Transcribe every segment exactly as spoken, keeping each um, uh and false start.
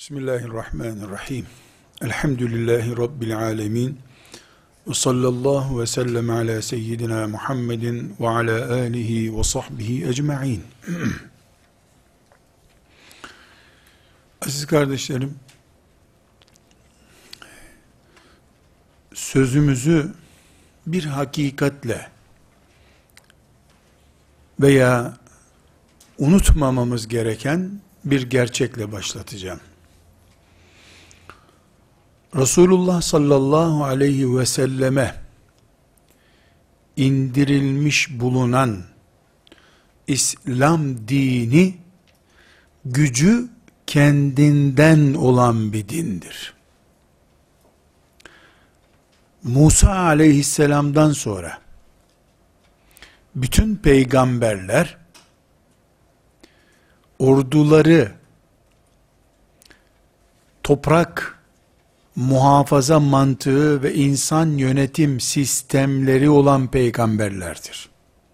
Bismillahirrahmanirrahim. Elhamdülillahi Rabbil alemin. Ve sallallahu ve sellem ala seyyidina Muhammedin ve ala alihi ve sahbihi ecma'in. Aziz kardeşlerim, sözümüzü bir hakikatle veya unutmamamız gereken bir gerçekle başlatacağım. Resulullah sallallahu aleyhi ve selleme indirilmiş bulunan İslam dini gücü kendinden olan bir dindir. Musa aleyhisselamdan sonra bütün peygamberler orduları toprak muhafaza mantığı ve insan yönetim sistemleri olan peygamberlerdir.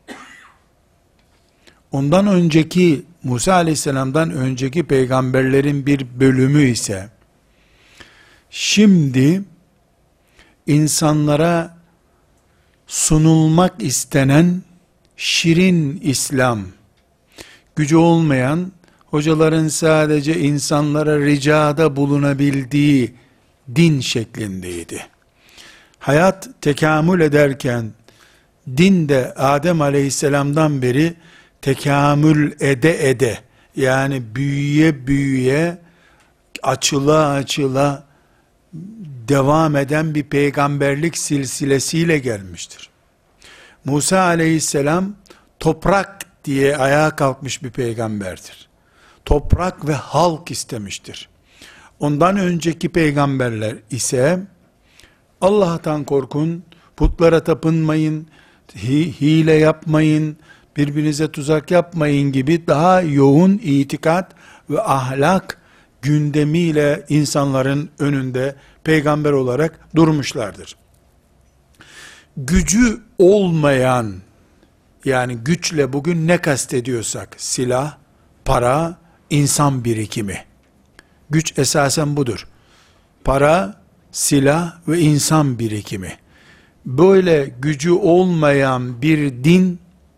Ondan önceki Musa aleyhisselamdan önceki peygamberlerin bir bölümü ise şimdi insanlara sunulmak istenen şirin İslam, gücü olmayan, hocaların sadece insanlara ricada bulunabildiği din şeklindeydi. Hayat tekamül ederken, din de Adem aleyhisselamdan beri tekamül ede ede, yani büyüye büyüye, açıla açıla devam eden bir peygamberlik silsilesiyle gelmiştir. Musa aleyhisselam toprak diye ayağa kalkmış bir peygamberdir. Toprak ve halk istemiştir. Ondan önceki peygamberler ise Allah'tan korkun, putlara tapınmayın, hi- hile yapmayın, birbirinize tuzak yapmayın gibi daha yoğun itikat ve ahlak gündemiyle insanların önünde peygamber olarak durmuşlardır. Gücü olmayan, yani güçle bugün ne kastediyorsak, silah, para, insan birikimi. Güç esasen budur. Para, silah ve insan birikimi. Böyle gücü olmayan bir din,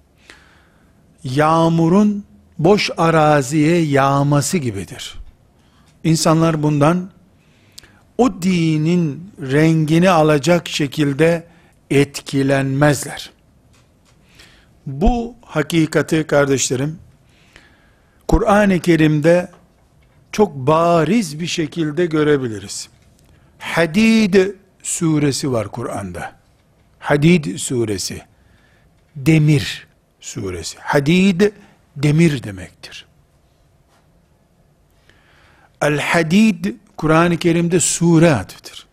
yağmurun boş araziye yağması gibidir. İnsanlar bundan, o dinin rengini alacak şekilde etkilenmezler. Bu hakikati kardeşlerim, Kur'an-ı Kerim'de çok bariz bir şekilde görebiliriz. Hadid suresi var Kur'an'da. Hadid suresi. Demir suresi. Hadid, demir demektir. El-Hadid, Kur'an-ı Kerim'de sure adıdır.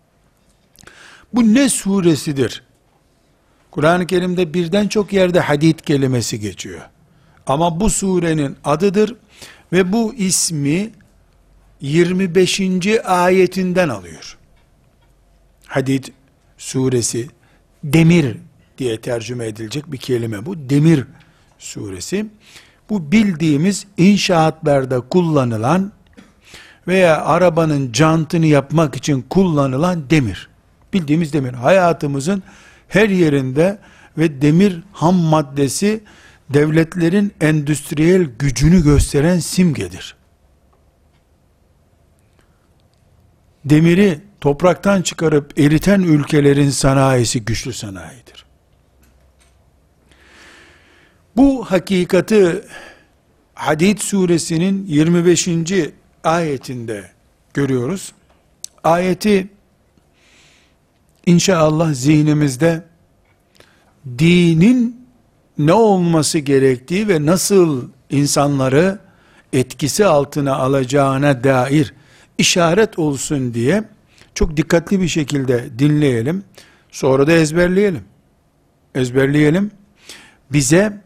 Bu ne suresidir? Kur'an-ı Kerim'de birden çok yerde hadid kelimesi geçiyor. Ama bu surenin adıdır ve bu ismi yirmi beşinci ayetinden alıyor. Hadid suresi, demir diye tercüme edilecek bir kelime bu. Demir suresi. Bu bildiğimiz inşaatlarda kullanılan veya arabanın jantını yapmak için kullanılan demir. Bildiğimiz demir. Hayatımızın her yerinde ve demir ham maddesi devletlerin endüstriyel gücünü gösteren simgedir. Demiri topraktan çıkarıp eriten ülkelerin sanayisi güçlü sanayidir. Bu hakikati Hadid suresinin yirmi beşinci ayetinde görüyoruz. Ayeti İnşallah zihnimizde dinin ne olması gerektiği ve nasıl insanları etkisi altına alacağına dair işaret olsun diye çok dikkatli bir şekilde dinleyelim. Sonra da ezberleyelim. Ezberleyelim. Bize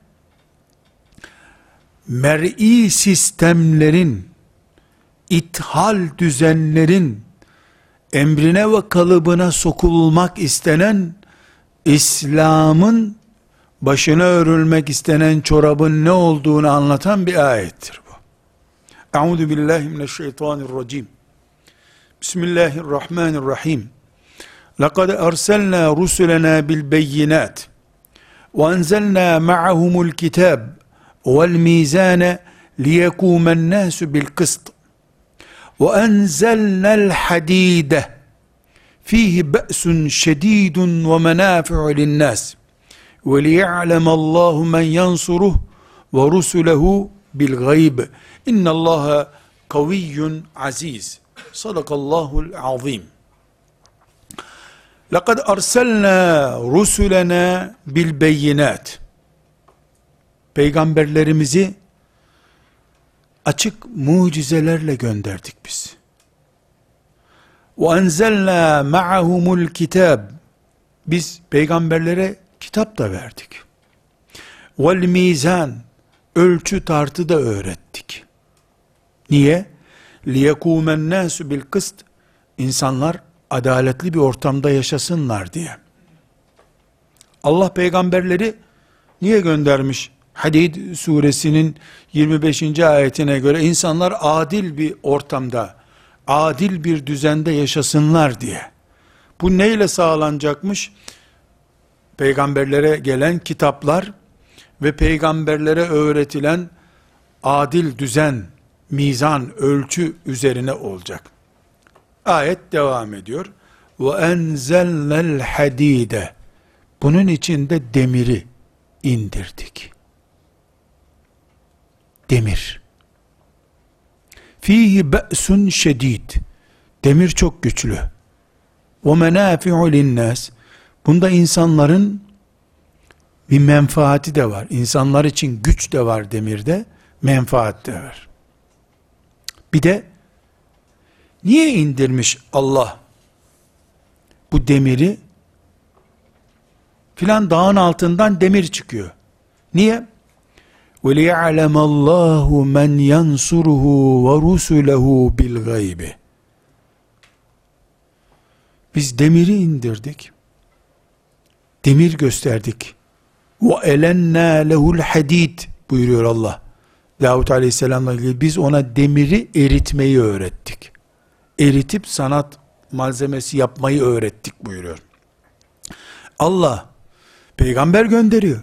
mer'i sistemlerin, ithal düzenlerin emrine ve kalıbına sokulmak istenen İslam'ın başına örülmek istenen çorabın ne olduğunu anlatan bir ayettir bu. Euzu billahi mineşşeytanirracim. Bismillahirrahmanirrahim. Laqad erselna rusulana bil beyinat ve enzelna ma'ahumul kitab vel mizane liyekumen nasu bil kıst ve enzelna'l hadide fihi ba'sun şedidun ve menafi'u lin-nas ve liya'lemallahu men yansuruhu ve rusuluhu bil gayb. İnnallaha kaviyyun aziz. Sadakallahul azim. Laqad arsalna rusulana bil beyinat. Peygamberlerimizi açık mucizelerle gönderdik biz. Ve enzelna ma'ahumul kitab. Biz peygamberlere kitap da verdik. Vel mizan. Ölçü tartı da öğrettik. Niye? لِيَكُومَ النَّاسُ بِالْقِسْطِ. İnsanlar adaletli bir ortamda yaşasınlar diye. Allah peygamberleri niye göndermiş? Hadid suresinin yirmi beşinci ayetine göre insanlar adil bir ortamda, adil bir düzende yaşasınlar diye. Bu neyle sağlanacakmış? Peygamberlere gelen kitaplar ve peygamberlere öğretilen adil düzen, mizan, ölçü üzerine olacak. Ayet devam ediyor. Ve enzelnel hadide. Bunun içinde demiri indirdik. Demir. Fihi ba'sun şedid. Demir çok güçlü. Ve menafi'u linnas. Bunda insanların bir menfaati de var. İnsanlar için güç de var demirde, menfaat de var. Bir de niye indirmiş Allah bu demiri? Filan dağın altından demir çıkıyor. Niye? وَلِيَعْلَمَ اللّٰهُ مَنْ يَنْصُرُهُ وَرُسُلَهُ بِالْغَيْبِ. Biz demiri indirdik. Demir gösterdik. وَاَلَنَّا لَهُ الْحَد۪يدِ buyuruyor Allah. Davut Aleyhisselam'la ilgili biz ona demiri eritmeyi öğrettik. Eritip sanat malzemesi yapmayı öğrettik buyuruyor. Allah peygamber gönderiyor.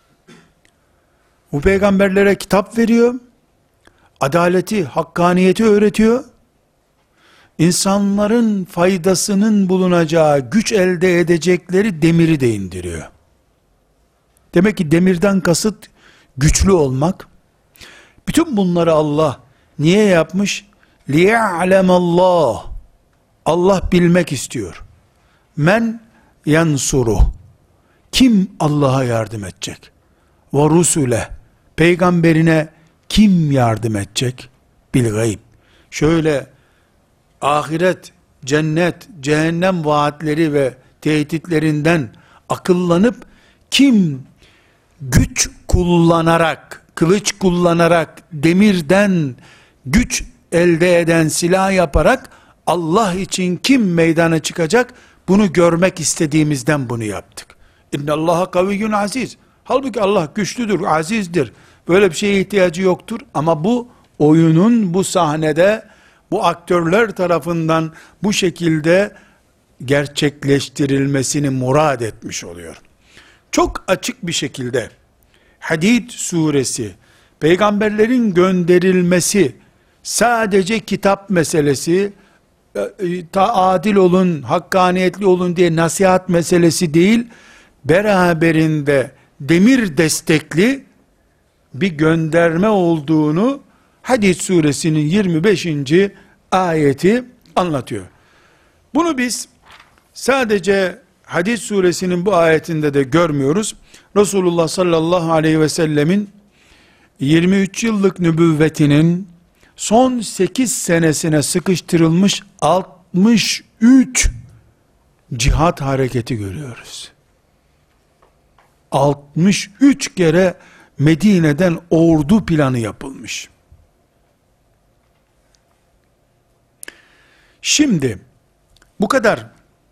Bu peygamberlere kitap veriyor. Adaleti, hakkaniyeti öğretiyor. İnsanların faydasının bulunacağı, güç elde edecekleri demiri de indiriyor. Demek ki demirden kasıt güçlü olmak. Bütün bunları Allah niye yapmış? لِيَعْلَمَ Allah bilmek istiyor. Men yansuruh. Kim Allah'a yardım edecek? Ve rusule. Peygamberine kim yardım edecek? Bil gayb. Şöyle ahiret, cennet, cehennem vaatleri ve tehditlerinden akıllanıp kim güç kullanarak, kılıç kullanarak, demirden güç elde eden silah yaparak Allah için kim meydana çıkacak? Bunu görmek istediğimizden bunu yaptık. İnnallaha kaviyyun aziz. Halbuki Allah güçlüdür, azizdir. Böyle bir şeye ihtiyacı yoktur. Ama bu oyunun bu sahnede bu aktörler tarafından bu şekilde gerçekleştirilmesini murad etmiş oluyor. Çok açık bir şekilde Hadid suresi, peygamberlerin gönderilmesi sadece kitap meselesi, ta adil olun, hakkaniyetli olun diye nasihat meselesi değil, beraberinde demir destekli bir gönderme olduğunu Hadid suresinin yirmi beşinci ayeti anlatıyor. Bunu biz sadece Hadid suresinin bu ayetinde de görmüyoruz. Resulullah sallallahu aleyhi ve sellemin yirmi üç yıllık nübüvvetinin son sekiz senesine sıkıştırılmış altmış üç cihat hareketi görüyoruz. altmış üç kere Medine'den ordu planı yapılmış. Şimdi bu kadar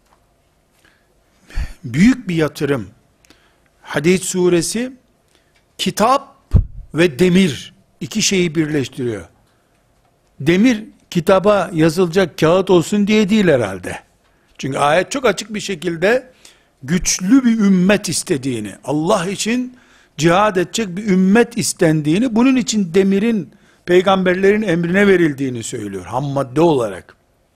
büyük bir yatırım, Hadid suresi kitap ve demir iki şeyi birleştiriyor. demir kitaba yazılacak kağıt olsun diye değil herhalde. Çünkü ayet çok açık bir şekilde güçlü bir ümmet istediğini, Allah için cihad edecek bir ümmet istendiğini, bunun için demirin peygamberlerin emrine verildiğini söylüyor ham madde olarak.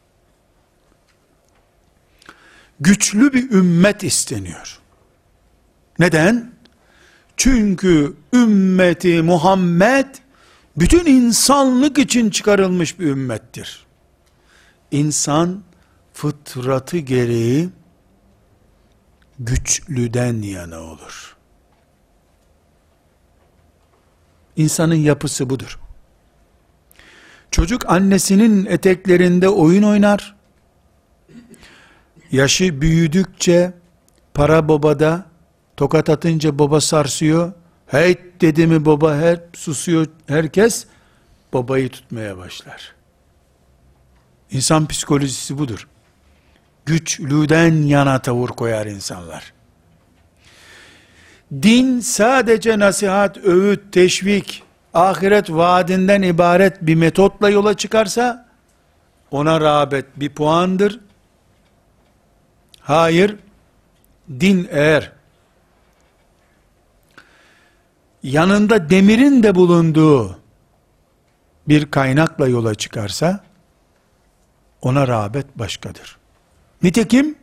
Güçlü bir ümmet isteniyor. Neden? Çünkü ümmeti Muhammed bütün insanlık için çıkarılmış bir ümmettir. İnsan fıtratı gereği güçlüden yana olur. İnsanın yapısı budur. Çocuk annesinin eteklerinde oyun oynar. Yaşı büyüdükçe para babada, tokat atınca baba sarsıyor. Hey dedi mi baba her susuyor herkes, babayı tutmaya başlar. İnsan psikolojisi budur. Güçlüden yana tavır koyar insanlar. Din sadece nasihat, öğüt, teşvik, ahiret vaadinden ibaret bir metotla yola çıkarsa, ona rağbet bir puandır. Hayır, din eğer yanında demirin de bulunduğu bir kaynakla yola çıkarsa, ona rağbet başkadır. Nitekim,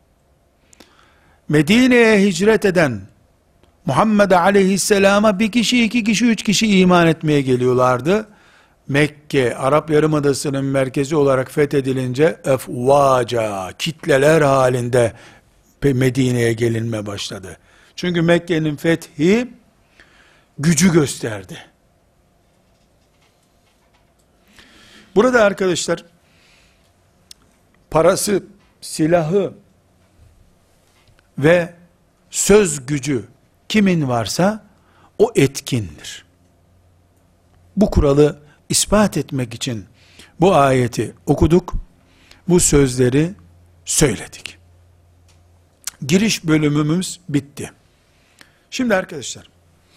Medine'ye hicret eden Muhammed aleyhisselama bir kişi, iki kişi, üç kişi iman etmeye geliyorlardı. Mekke, Arap Yarımadası'nın merkezi olarak fethedilince efvaca, kitleler halinde Medine'ye gelinme başladı. Çünkü Mekke'nin fethi gücü gösterdi. Burada arkadaşlar, parası, silahı ve söz gücü kimin varsa o etkindir. Bu kuralı ispat etmek için bu ayeti okuduk, bu sözleri söyledik. Giriş bölümümüz bitti. Şimdi arkadaşlar,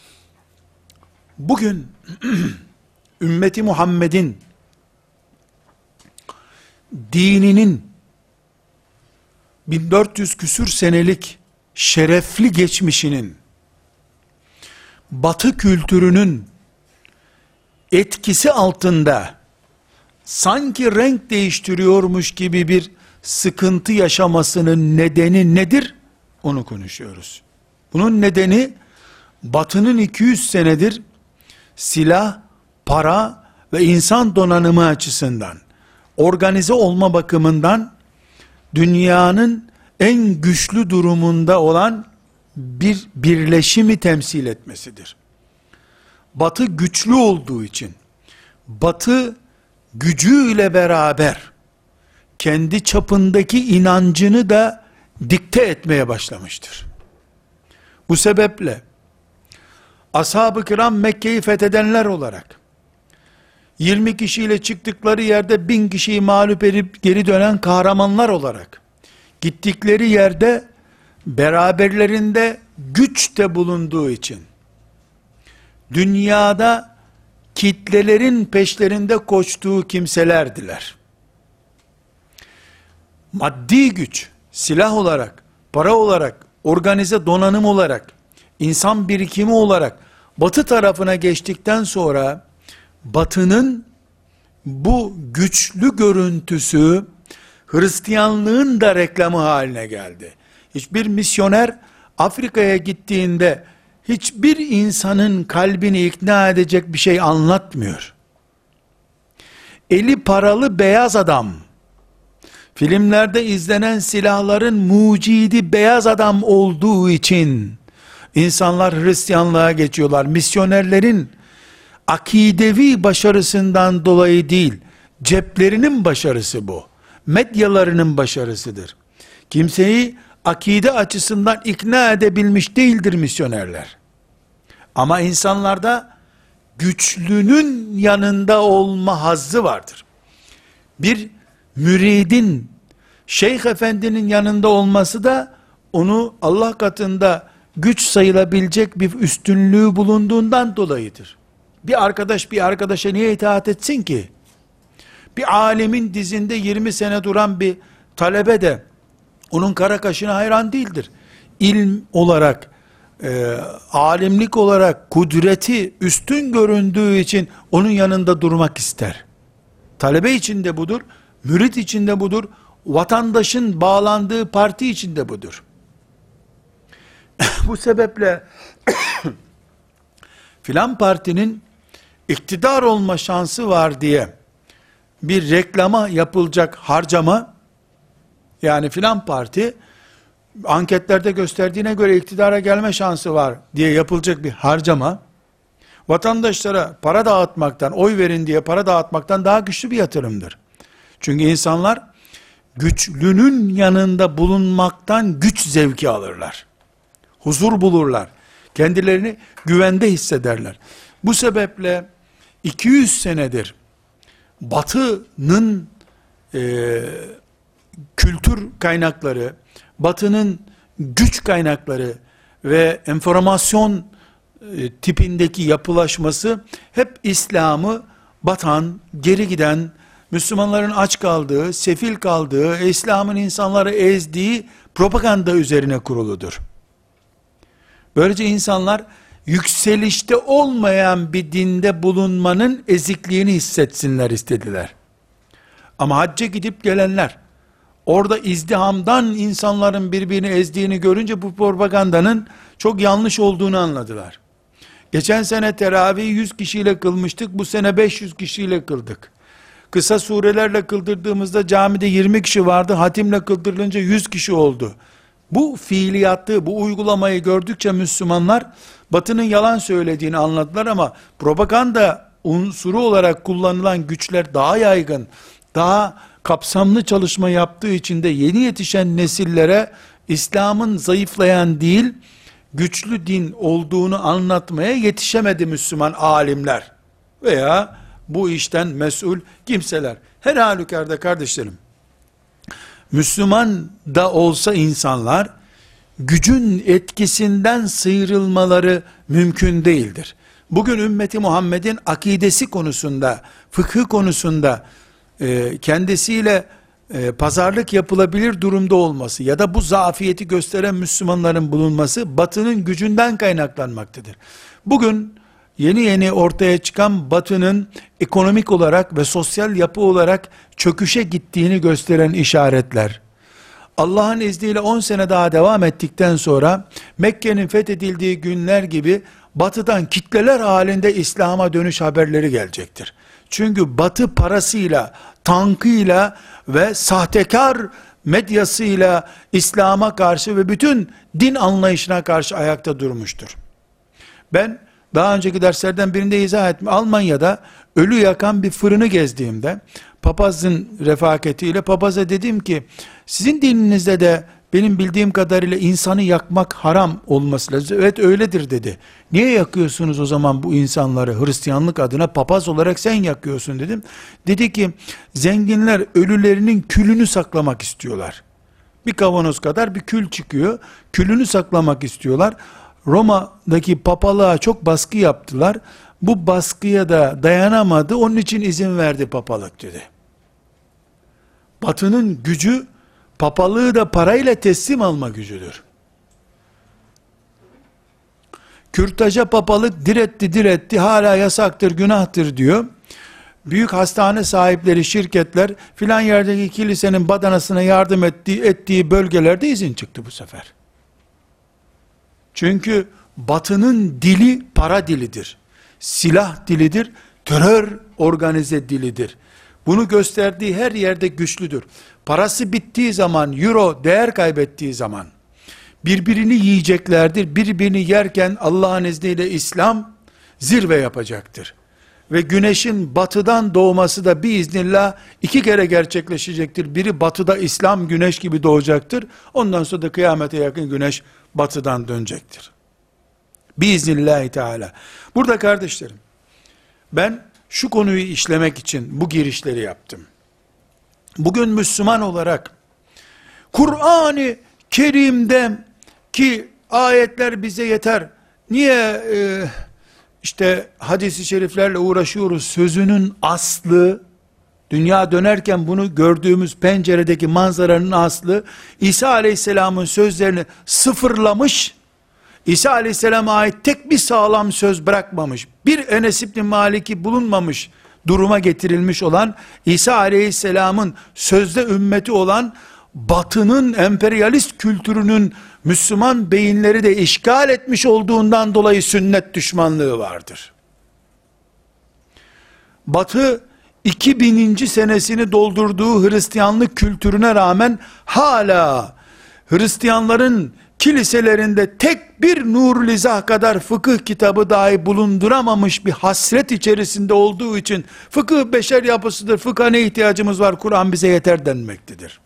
bugün ümmeti Muhammed'in dininin bin dört yüz küsür senelik şerefli geçmişinin Batı kültürünün etkisi altında sanki renk değiştiriyormuş gibi bir sıkıntı yaşamasının nedeni nedir? Onu konuşuyoruz. Bunun nedeni Batı'nın iki yüz senedir silah, para ve insan donanımı açısından, organize olma bakımından dünyanın en güçlü durumunda olan bir birleşimi temsil etmesidir. Batı güçlü olduğu için, Batı gücüyle beraber kendi çapındaki inancını da dikte etmeye başlamıştır. Bu sebeple ashab-ı kiram Mekke'yi fethedenler olarak yirmi kişiyle çıktıkları yerde bin kişiyi mağlup edip geri dönen kahramanlar olarak gittikleri yerde beraberlerinde güç de bulunduğu için dünyada kitlelerin peşlerinde koştuğu kimselerdiler. Maddi güç, silah olarak, para olarak, organize donanım olarak, insan birikimi olarak Batı tarafına geçtikten sonra Batı'nın bu güçlü görüntüsü Hristiyanlığın da reklamı haline geldi. Hiçbir misyoner Afrika'ya gittiğinde hiçbir insanın kalbini ikna edecek bir şey anlatmıyor. Eli paralı beyaz adam, filmlerde izlenen silahların mucidi beyaz adam olduğu için insanlar Hristiyanlığa geçiyorlar. Misyonerlerin akidevi başarısından dolayı değil, ceplerinin başarısı bu. Medyalarının başarısıdır. Kimseyi akide açısından ikna edebilmiş değildir misyonerler. Ama insanlarda güçlünün yanında olma hazzı vardır. Bir müridin şeyh efendinin yanında olması da onu Allah katında güç sayılabilecek bir üstünlüğü bulunduğundan dolayıdır. Bir arkadaş bir arkadaşa niye itaat etsin ki? Bir alimin dizinde yirmi sene duran bir talebe de onun kara kaşına hayran değildir. İlm olarak, e, alimlik olarak kudreti üstün göründüğü için onun yanında durmak ister. Talebe için de budur, mürit için de budur, vatandaşın bağlandığı parti için de budur. Bu sebeple filan partinin iktidar olma şansı var diye bir reklama yapılacak harcama, yani filan parti anketlerde gösterdiğine göre iktidara gelme şansı var diye yapılacak bir harcama, vatandaşlara para dağıtmaktan, oy verin diye para dağıtmaktan daha güçlü bir yatırımdır. Çünkü insanlar güçlünün yanında bulunmaktan güç zevki alırlar. Huzur bulurlar. Kendilerini güvende hissederler. Bu sebeple iki yüz senedir Batı'nın e, kültür kaynakları, Batı'nın güç kaynakları ve enformasyon e, tipindeki yapılaşması hep İslam'ı batan, geri giden, Müslümanların aç kaldığı, sefil kaldığı, İslam'ın insanları ezdiği propaganda üzerine kuruludur. Böylece insanlar yükselişte olmayan bir dinde bulunmanın ezikliğini hissetsinler istediler. Ama hacca gidip gelenler, orada izdihamdan insanların birbirini ezdiğini görünce bu propagandanın çok yanlış olduğunu anladılar. Geçen sene teravih yüz kişiyle kılmıştık, bu sene beş yüz kişiyle kıldık. Kısa surelerle kıldırdığımızda camide yirmi kişi vardı, hatimle kıldırılınca yüz kişi oldu. Bu fiiliyatı, bu uygulamayı gördükçe Müslümanlar, Batı'nın yalan söylediğini anladılar ama propaganda unsuru olarak kullanılan güçler daha yaygın, daha kapsamlı çalışma yaptığı için de yeni yetişen nesillere İslam'ın zayıflayan değil, güçlü din olduğunu anlatmaya yetişemedi Müslüman alimler veya bu işten mesul kimseler. Her halükarda kardeşlerim, Müslüman da olsa insanlar, gücün etkisinden sıyrılmaları mümkün değildir. Bugün ümmeti Muhammed'in akidesi konusunda, fıkhı konusunda, e, kendisiyle e, pazarlık yapılabilir durumda olması ya da bu zafiyeti gösteren Müslümanların bulunması, Batı'nın gücünden kaynaklanmaktadır. Bugün, yeni yeni ortaya çıkan Batı'nın ekonomik olarak ve sosyal yapı olarak çöküşe gittiğini gösteren işaretler, Allah'ın izniyle on sene daha devam ettikten sonra, Mekke'nin fethedildiği günler gibi, Batı'dan kitleler halinde İslam'a dönüş haberleri gelecektir. Çünkü Batı parasıyla, tankıyla ve sahtekar medyasıyla İslam'a karşı ve bütün din anlayışına karşı ayakta durmuştur. Ben, daha önceki derslerden birinde izah ettim. Almanya'da ölü yakan bir fırını gezdiğimde, papazın refakatiyle papaza dedim ki, sizin dininizde de benim bildiğim kadarıyla insanı yakmak haram olması lazım. Evet öyledir dedi. Niye yakıyorsunuz o zaman bu insanları? Hristiyanlık adına papaz olarak sen yakıyorsun dedim. Dedi ki, zenginler ölülerinin külünü saklamak istiyorlar. Bir kavanoz kadar bir kül çıkıyor. Külünü saklamak istiyorlar. Roma'daki papalığa çok baskı yaptılar. Bu baskıya da dayanamadı. Onun için izin verdi papalık dedi. Batı'nın gücü, papalığı da parayla teslim alma gücüdür. Kürtaja papalık diretti diretti, hala yasaktır, günahtır diyor. Büyük hastane sahipleri, şirketler, filan yerdeki kilisenin badanasına yardım ettiği, ettiği bölgelerde izin çıktı bu sefer. Çünkü Batı'nın dili para dilidir. Silah dilidir, terör organize dilidir. Bunu gösterdiği her yerde güçlüdür. Parası bittiği zaman, euro değer kaybettiği zaman, birbirini yiyeceklerdir. Birbirini yerken Allah'ın izniyle İslam zirve yapacaktır. Ve güneşin batıdan doğması da biiznillah iki kere gerçekleşecektir. Biri batıda İslam güneş gibi doğacaktır. Ondan sonra da kıyamete yakın güneş batıdan dönecektir. Biiznillahü teala. Burada kardeşlerim, ben şu konuyu işlemek için bu girişleri yaptım. Bugün Müslüman olarak Kur'an-ı Kerim'de ki ayetler bize yeter, niye e, işte hadis-i şeriflerle uğraşıyoruz sözünün aslı Dünya dönerken bunu gördüğümüz penceredeki manzaranın aslı, İsa Aleyhisselam'ın sözlerini sıfırlamış, İsa Aleyhisselam'a ait tek bir sağlam söz bırakmamış, bir Enes İbni Malik'i bulunmamış duruma getirilmiş olan, İsa Aleyhisselam'ın sözde ümmeti olan Batı'nın emperyalist kültürünün Müslüman beyinleri de işgal etmiş olduğundan dolayı sünnet düşmanlığı vardır. Batı iki bininci senesini doldurduğu Hristiyanlık kültürüne rağmen hala Hristiyanların kiliselerinde tek bir Nur Lizah kadar fıkıh kitabı dahi bulunduramamış bir hasret içerisinde olduğu için fıkıh beşer yapısıdır, fıkha ne ihtiyacımız var, Kur'an bize yeter denmektedir.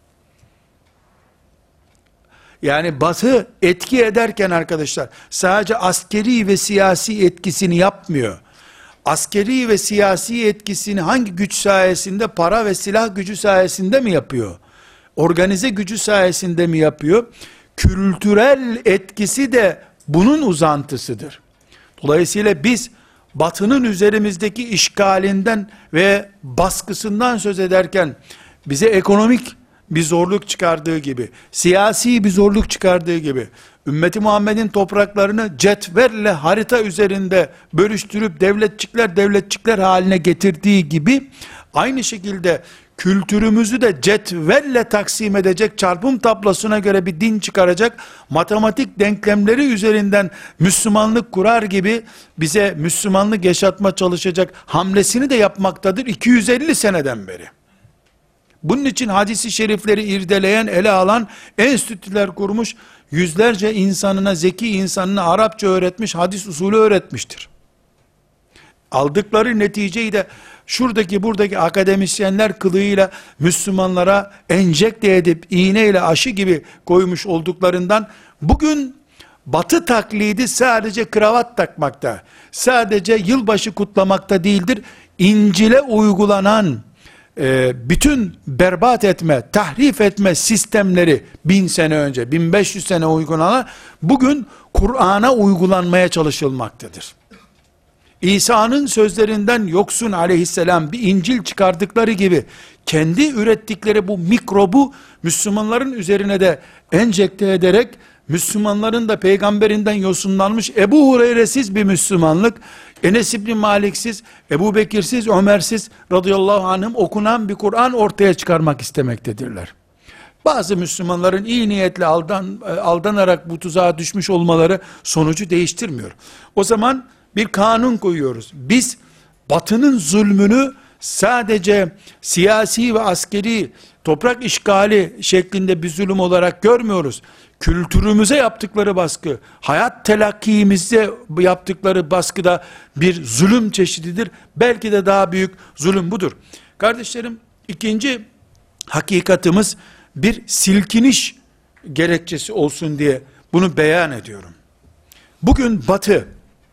Yani Batı etki ederken arkadaşlar sadece askeri ve siyasi etkisini yapmıyor. Askeri ve siyasi etkisini hangi güç sayesinde? Para ve silah gücü sayesinde mi yapıyor? Organize gücü sayesinde mi yapıyor? Kültürel etkisi de bunun uzantısıdır. Dolayısıyla biz Batı'nın üzerimizdeki işgalinden ve baskısından söz ederken bize ekonomik bir zorluk çıkardığı gibi, siyasi bir zorluk çıkardığı gibi, ümmeti Muhammed'in topraklarını cetvelle harita üzerinde bölüştürüp devletçikler devletçikler haline getirdiği gibi, aynı şekilde kültürümüzü de cetvelle taksim edecek, çarpım tablosuna göre bir din çıkaracak, matematik denklemleri üzerinden Müslümanlık kurar gibi bize Müslümanlık yaşatma çalışacak hamlesini de yapmaktadır iki yüz elli seneden beri. Bunun için hadisi şerifleri irdeleyen, ele alan, enstitüler kurmuş, yüzlerce insanına, zeki insanına Arapça öğretmiş, hadis usulü öğretmiştir. Aldıkları neticeyi de şuradaki buradaki akademisyenler kılığıyla Müslümanlara enjekte edip iğneyle aşı gibi koymuş olduklarından bugün Batı taklidi sadece kravat takmakta, sadece yılbaşı kutlamakta değildir. İncil'e uygulanan e, bütün berbat etme, tahrif etme sistemleri bin sene önce, bin beş yüz sene uygulanan bugün Kur'an'a uygulanmaya çalışılmaktadır. İsa'nın sözlerinden yoksun aleyhisselam bir İncil çıkardıkları gibi kendi ürettikleri bu mikrobu Müslümanların üzerine de enjekte ederek Müslümanların da peygamberinden yosunlanmış Ebu Hureyre'siz bir Müslümanlık, Enes İbni Malik'siz, Ebu Bekir'siz, Ömer'siz radıyallahu anhüm okunan bir Kur'an ortaya çıkarmak istemektedirler. Bazı Müslümanların iyi niyetle aldan, aldanarak bu tuzağa düşmüş olmaları sonucu değiştirmiyor. O zaman bir kanun koyuyoruz. Biz Batı'nın zulmünü sadece siyasi ve askeri toprak işgali şeklinde bir zulüm olarak görmüyoruz. Kültürümüze yaptıkları baskı, hayat telakkimize yaptıkları baskı da bir zulüm çeşididir. Belki de daha büyük zulüm budur. Kardeşlerim, ikinci hakikatimiz bir silkiniş gerekçesi olsun diye bunu beyan ediyorum. Bugün Batı,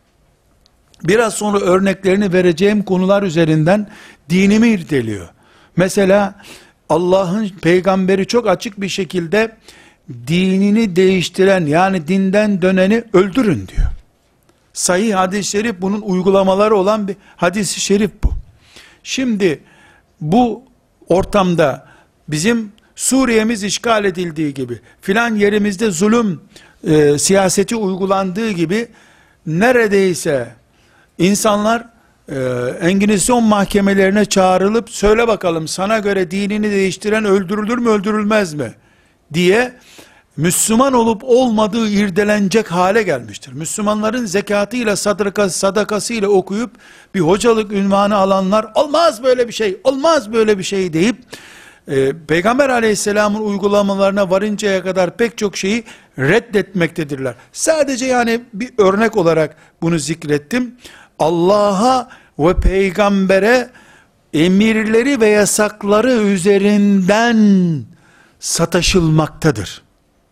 biraz sonra örneklerini vereceğim konular üzerinden dinimi irdeliyor. Mesela Allah'ın peygamberi çok açık bir şekilde dinini değiştiren, yani dinden döneni öldürün diyor. Sahih hadis-i şerif, bunun uygulamaları olan bir hadis-i şerif bu. Şimdi bu ortamda bizim Suriye'miz işgal edildiği gibi, filan yerimizde zulüm e, siyaseti uygulandığı gibi, neredeyse insanlar e, Engizisyon mahkemelerine çağrılıp söyle bakalım sana göre dinini değiştiren öldürülür mü öldürülmez mi diye Müslüman olup olmadığı irdelenecek hale gelmiştir. Müslümanların zekatıyla, sadakası, sadakasıyla okuyup bir hocalık ünvanı alanlar olmaz böyle bir şey, olmaz böyle bir şey deyip e, Peygamber aleyhisselamın uygulamalarına varıncaya kadar pek çok şeyi reddetmektedirler. Sadece yani bir örnek olarak bunu zikrettim. Allah'a ve peygambere emirleri ve yasakları üzerinden sataşılmaktadır.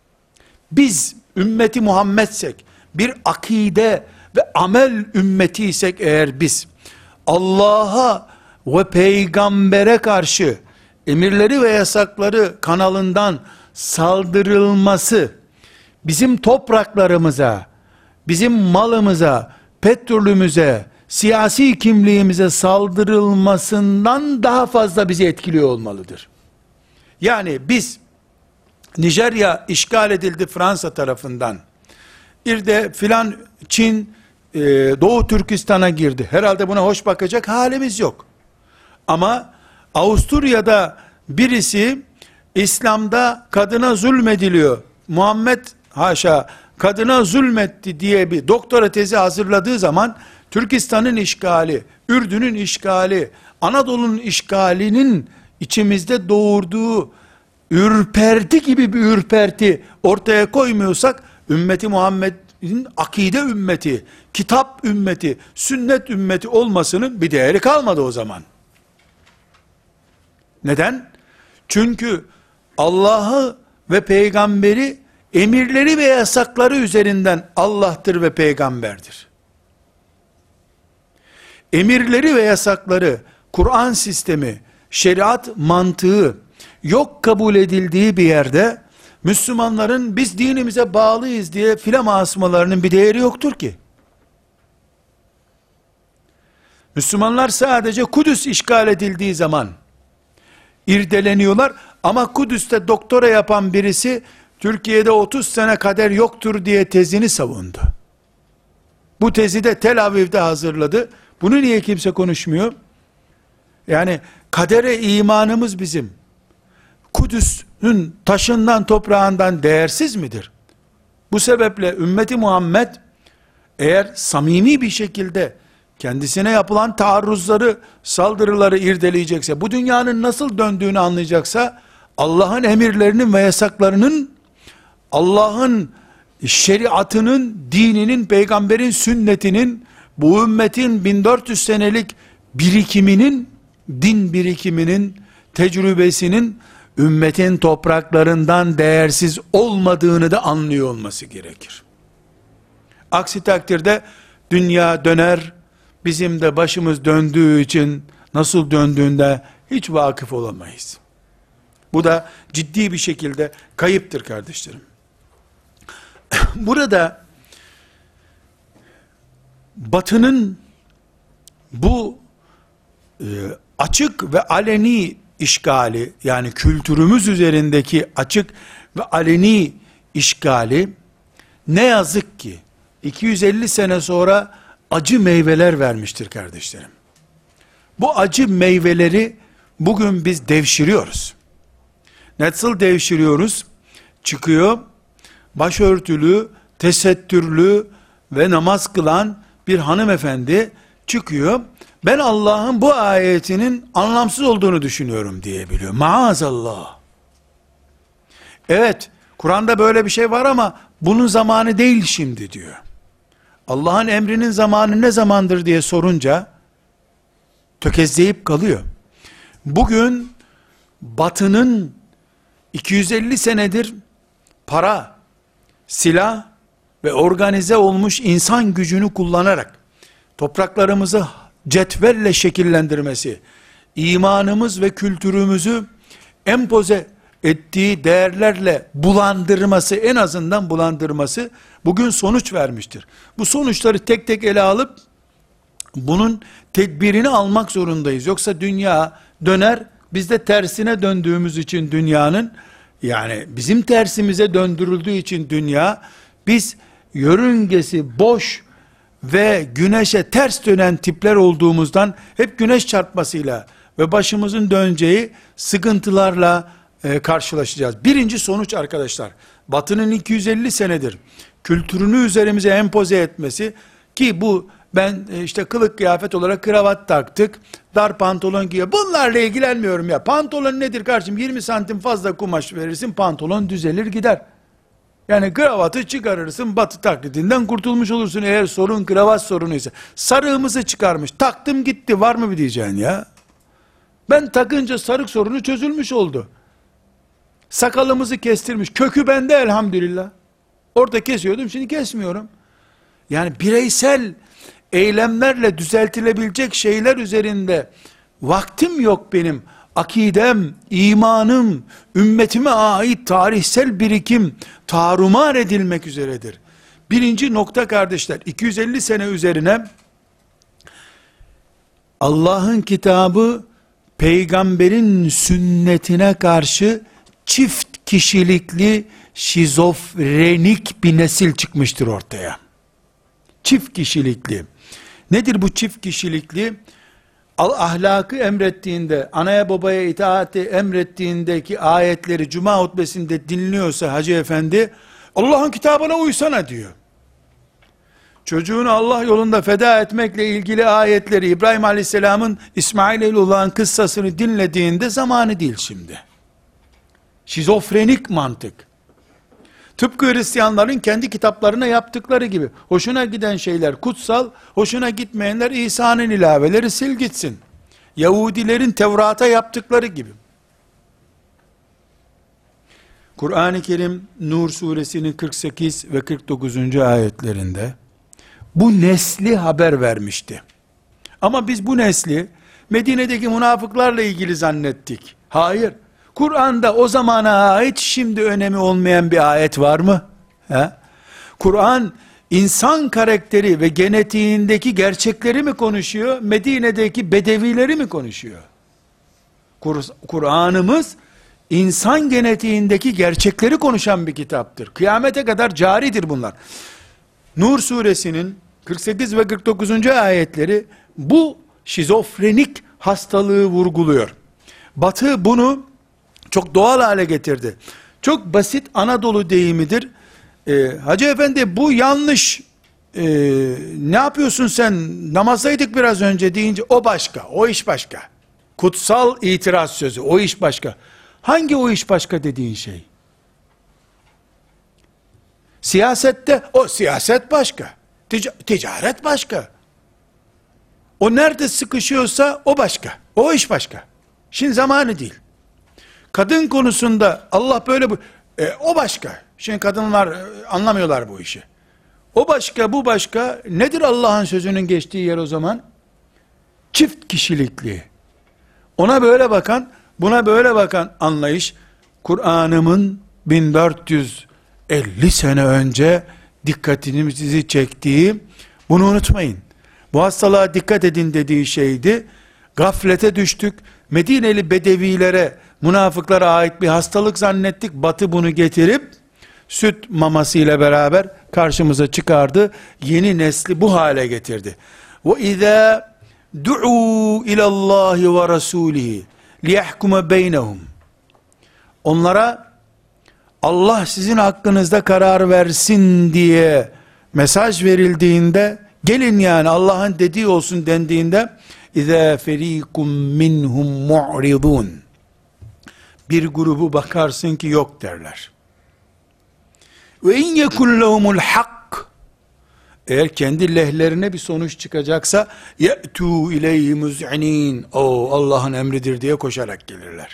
Biz ümmeti Muhammedsek, bir akide ve amel ümmetiysek eğer biz, Allah'a ve peygambere karşı emirleri ve yasakları kanalından saldırılması, bizim topraklarımıza, bizim malımıza, petrolümüze, siyasi kimliğimize saldırılmasından daha fazla bizi etkiliyor olmalıdır. Yani biz, Nijerya işgal edildi Fransa tarafından. Bir de filan Çin, e, Doğu Türkistan'a girdi. Herhalde buna hoş bakacak halimiz yok. Ama Avusturya'da birisi, İslam'da kadına zulmediliyor, Muhammed haşa kadına zulmetti diye bir doktora tezi hazırladığı zaman, Türkistan'ın işgali, Ürdün'ün işgali, Anadolu'nun işgalinin içimizde doğurduğu ürperti gibi bir ürperti ortaya koymuyorsak, ümmeti Muhammed'in akide ümmeti, kitap ümmeti, sünnet ümmeti olmasının bir değeri kalmadı o zaman. Neden? Çünkü Allah'ı ve peygamberi, emirleri ve yasakları üzerinden Allah'tır ve peygamberdir. Emirleri ve yasakları, Kur'an sistemi, şeriat mantığı yok kabul edildiği bir yerde, Müslümanların biz dinimize bağlıyız diye flama asmalarının bir değeri yoktur ki. Müslümanlar sadece Kudüs işgal edildiği zaman irdeleniyorlar, ama Kudüs'te doktora yapan birisi, Türkiye'de otuz sene kader yoktur diye tezini savundu. Bu tezi de Tel Aviv'de hazırladı. Bunu niye kimse konuşmuyor? Yani kadere imanımız bizim, Kudüs'ün taşından toprağından değersiz midir? Bu sebeple ümmeti Muhammed, eğer samimi bir şekilde kendisine yapılan taarruzları, saldırıları irdeleyecekse, bu dünyanın nasıl döndüğünü anlayacaksa, Allah'ın emirlerinin ve yasaklarının, Allah'ın şeriatının, dininin, peygamberin sünnetinin, bu ümmetin bin dört yüz senelik birikiminin, din birikiminin, tecrübesinin, ümmetin topraklarından değersiz olmadığını da anlıyor olması gerekir. Aksi takdirde, dünya döner, bizim de başımız döndüğü için, nasıl döndüğünde hiç vakıf olamayız. Bu da ciddi bir şekilde kayıptır kardeşlerim. Burada, Batı'nın bu e, açık ve aleni işgali, yani kültürümüz üzerindeki açık ve aleni işgali, ne yazık ki iki yüz elli sene sonra acı meyveler vermiştir kardeşlerim. Bu acı meyveleri bugün biz devşiriyoruz. Nasıl devşiriyoruz? Çıkıyor, başörtülü, tesettürlü ve namaz kılan bir hanımefendi çıkıyor, ben Allah'ın bu ayetinin anlamsız olduğunu düşünüyorum diyebiliyor. Maazallah. Evet, Kur'an'da böyle bir şey var ama bunun zamanı değil şimdi diyor. Allah'ın emrinin zamanı ne zamandır diye sorunca tökezleyip kalıyor. Bugün Batı'nın iki yüz elli senedir para, silah ve organize olmuş insan gücünü kullanarak topraklarımızı cetvelle şekillendirmesi, imanımız ve kültürümüzü empoze ettiği değerlerle bulandırması, en azından bulandırması bugün sonuç vermiştir. Bu sonuçları tek tek ele alıp bunun tedbirini almak zorundayız. Yoksa dünya döner, biz de tersine döndüğümüz için dünyanın, yani bizim tersimize döndürüldüğü için dünya, biz yörüngesi boş ve güneşe ters dönen tipler olduğumuzdan hep güneş çarpmasıyla ve başımızın döneceği sıkıntılarla e, karşılaşacağız. Birinci sonuç arkadaşlar, Batı'nın iki yüz elli senedir kültürünü üzerimize empoze etmesi, ki bu ben e, işte kılık kıyafet olarak kravat taktık, dar pantolon giyiyor, bunlarla ilgilenmiyorum ya. Pantolon nedir kardeşim? yirmi santim fazla kumaş verirsin, pantolon düzelir gider. Yani kravatı çıkarırsın, Batı taklidinden kurtulmuş olursun, eğer sorun kravat sorunuysa. Sarığımızı çıkarmış, taktım gitti, var mı bir diyeceksin ya? Ben takınca sarık sorunu çözülmüş oldu. Sakalımızı kestirmiş, kökü bende elhamdülillah. Orada kesiyordum, şimdi kesmiyorum. Yani bireysel eylemlerle düzeltilebilecek şeyler üzerinde vaktim yok benim. Akidem, imanım, ümmetime ait tarihsel birikim tarumar edilmek üzeredir. Birinci nokta kardeşler, iki yüz elli sene üzerine Allah'ın kitabı peygamberin sünnetine karşı çift kişilikli şizofrenik bir nesil çıkmıştır ortaya. Çift kişilikli. Nedir bu çift kişilikli? Ahlakı emrettiğinde, anaya babaya itaati emrettiğindeki ayetleri cuma hutbesinde dinliyorsa hacı efendi, Allah'ın kitabına uysana diyor. Çocuğunu Allah yolunda feda etmekle ilgili ayetleri, İbrahim Aleyhisselam'ın İsmail ile olan kıssasını dinlediğinde zamanı değil şimdi. Şizofrenik mantık. Tıpkı Hristiyanların kendi kitaplarına yaptıkları gibi. Hoşuna giden şeyler kutsal, hoşuna gitmeyenler İsa'nın ilaveleri, sil gitsin. Yahudilerin Tevrat'a yaptıkları gibi. Kur'an-ı Kerim Nur suresinin kırk sekiz ve kırk dokuzuncu ayetlerinde bu nesli haber vermişti. Ama biz bu nesli Medine'deki münafıklarla ilgili zannettik. Hayır. Kur'an'da o zamana ait şimdi önemi olmayan bir ayet var mı? He? Kur'an insan karakteri ve genetiğindeki gerçekleri mi konuşuyor? Medine'deki bedevileri mi konuşuyor? Kur- Kur'an'ımız insan genetiğindeki gerçekleri konuşan bir kitaptır. Kıyamete kadar caridir bunlar. Nur suresinin kırk sekiz ve kırk dokuzuncu ayetleri bu şizofrenik hastalığı vurguluyor. Batı bunu çok doğal hale getirdi. Çok basit Anadolu deyimidir. Ee, Hacı efendi bu yanlış, ee, ne yapıyorsun sen, namazdaydık biraz önce deyince o başka, o iş başka. Kutsal itiraz sözü, o iş başka. Hangi o iş başka dediğin şey? Siyasette o siyaset başka, tic- ticaret başka. O nerede sıkışıyorsa o başka, o iş başka. Şimdi zamanı değil. Kadın konusunda Allah böyle bu, e, o başka. Şimdi kadınlar e, anlamıyorlar bu işi. O başka, bu başka. Nedir Allah'ın sözünün geçtiği yer o zaman? Çift kişilikli. Ona böyle bakan, buna böyle bakan anlayış, Kur'an'ımın bin dört yüz elli sene önce dikkatinizi çektiği, bunu unutmayın. Bu hastalığa dikkat edin dediği şeydi. Gaflete düştük. Medineli bedevilere, münafıklara ait bir hastalık zannettik. Batı bunu getirip süt maması ile beraber karşımıza çıkardı. Yeni nesli bu hale getirdi. Ve izâ du'û ilallâhi ve rasûlihi liyahkume beynehum. Onlara Allah sizin hakkınızda karar versin diye mesaj verildiğinde, gelin yani Allah'ın dediği olsun dendiğinde, İzâ ferîkum minhum mu'ridûn. Bir grubu bakarsın ki yok derler. Ve in yekun lehumul hak. Eğer kendi lehlerine bir sonuç çıkacaksa, ye'tû ileyhi muz'inîn. O Allah'ın emridir diye koşarak gelirler.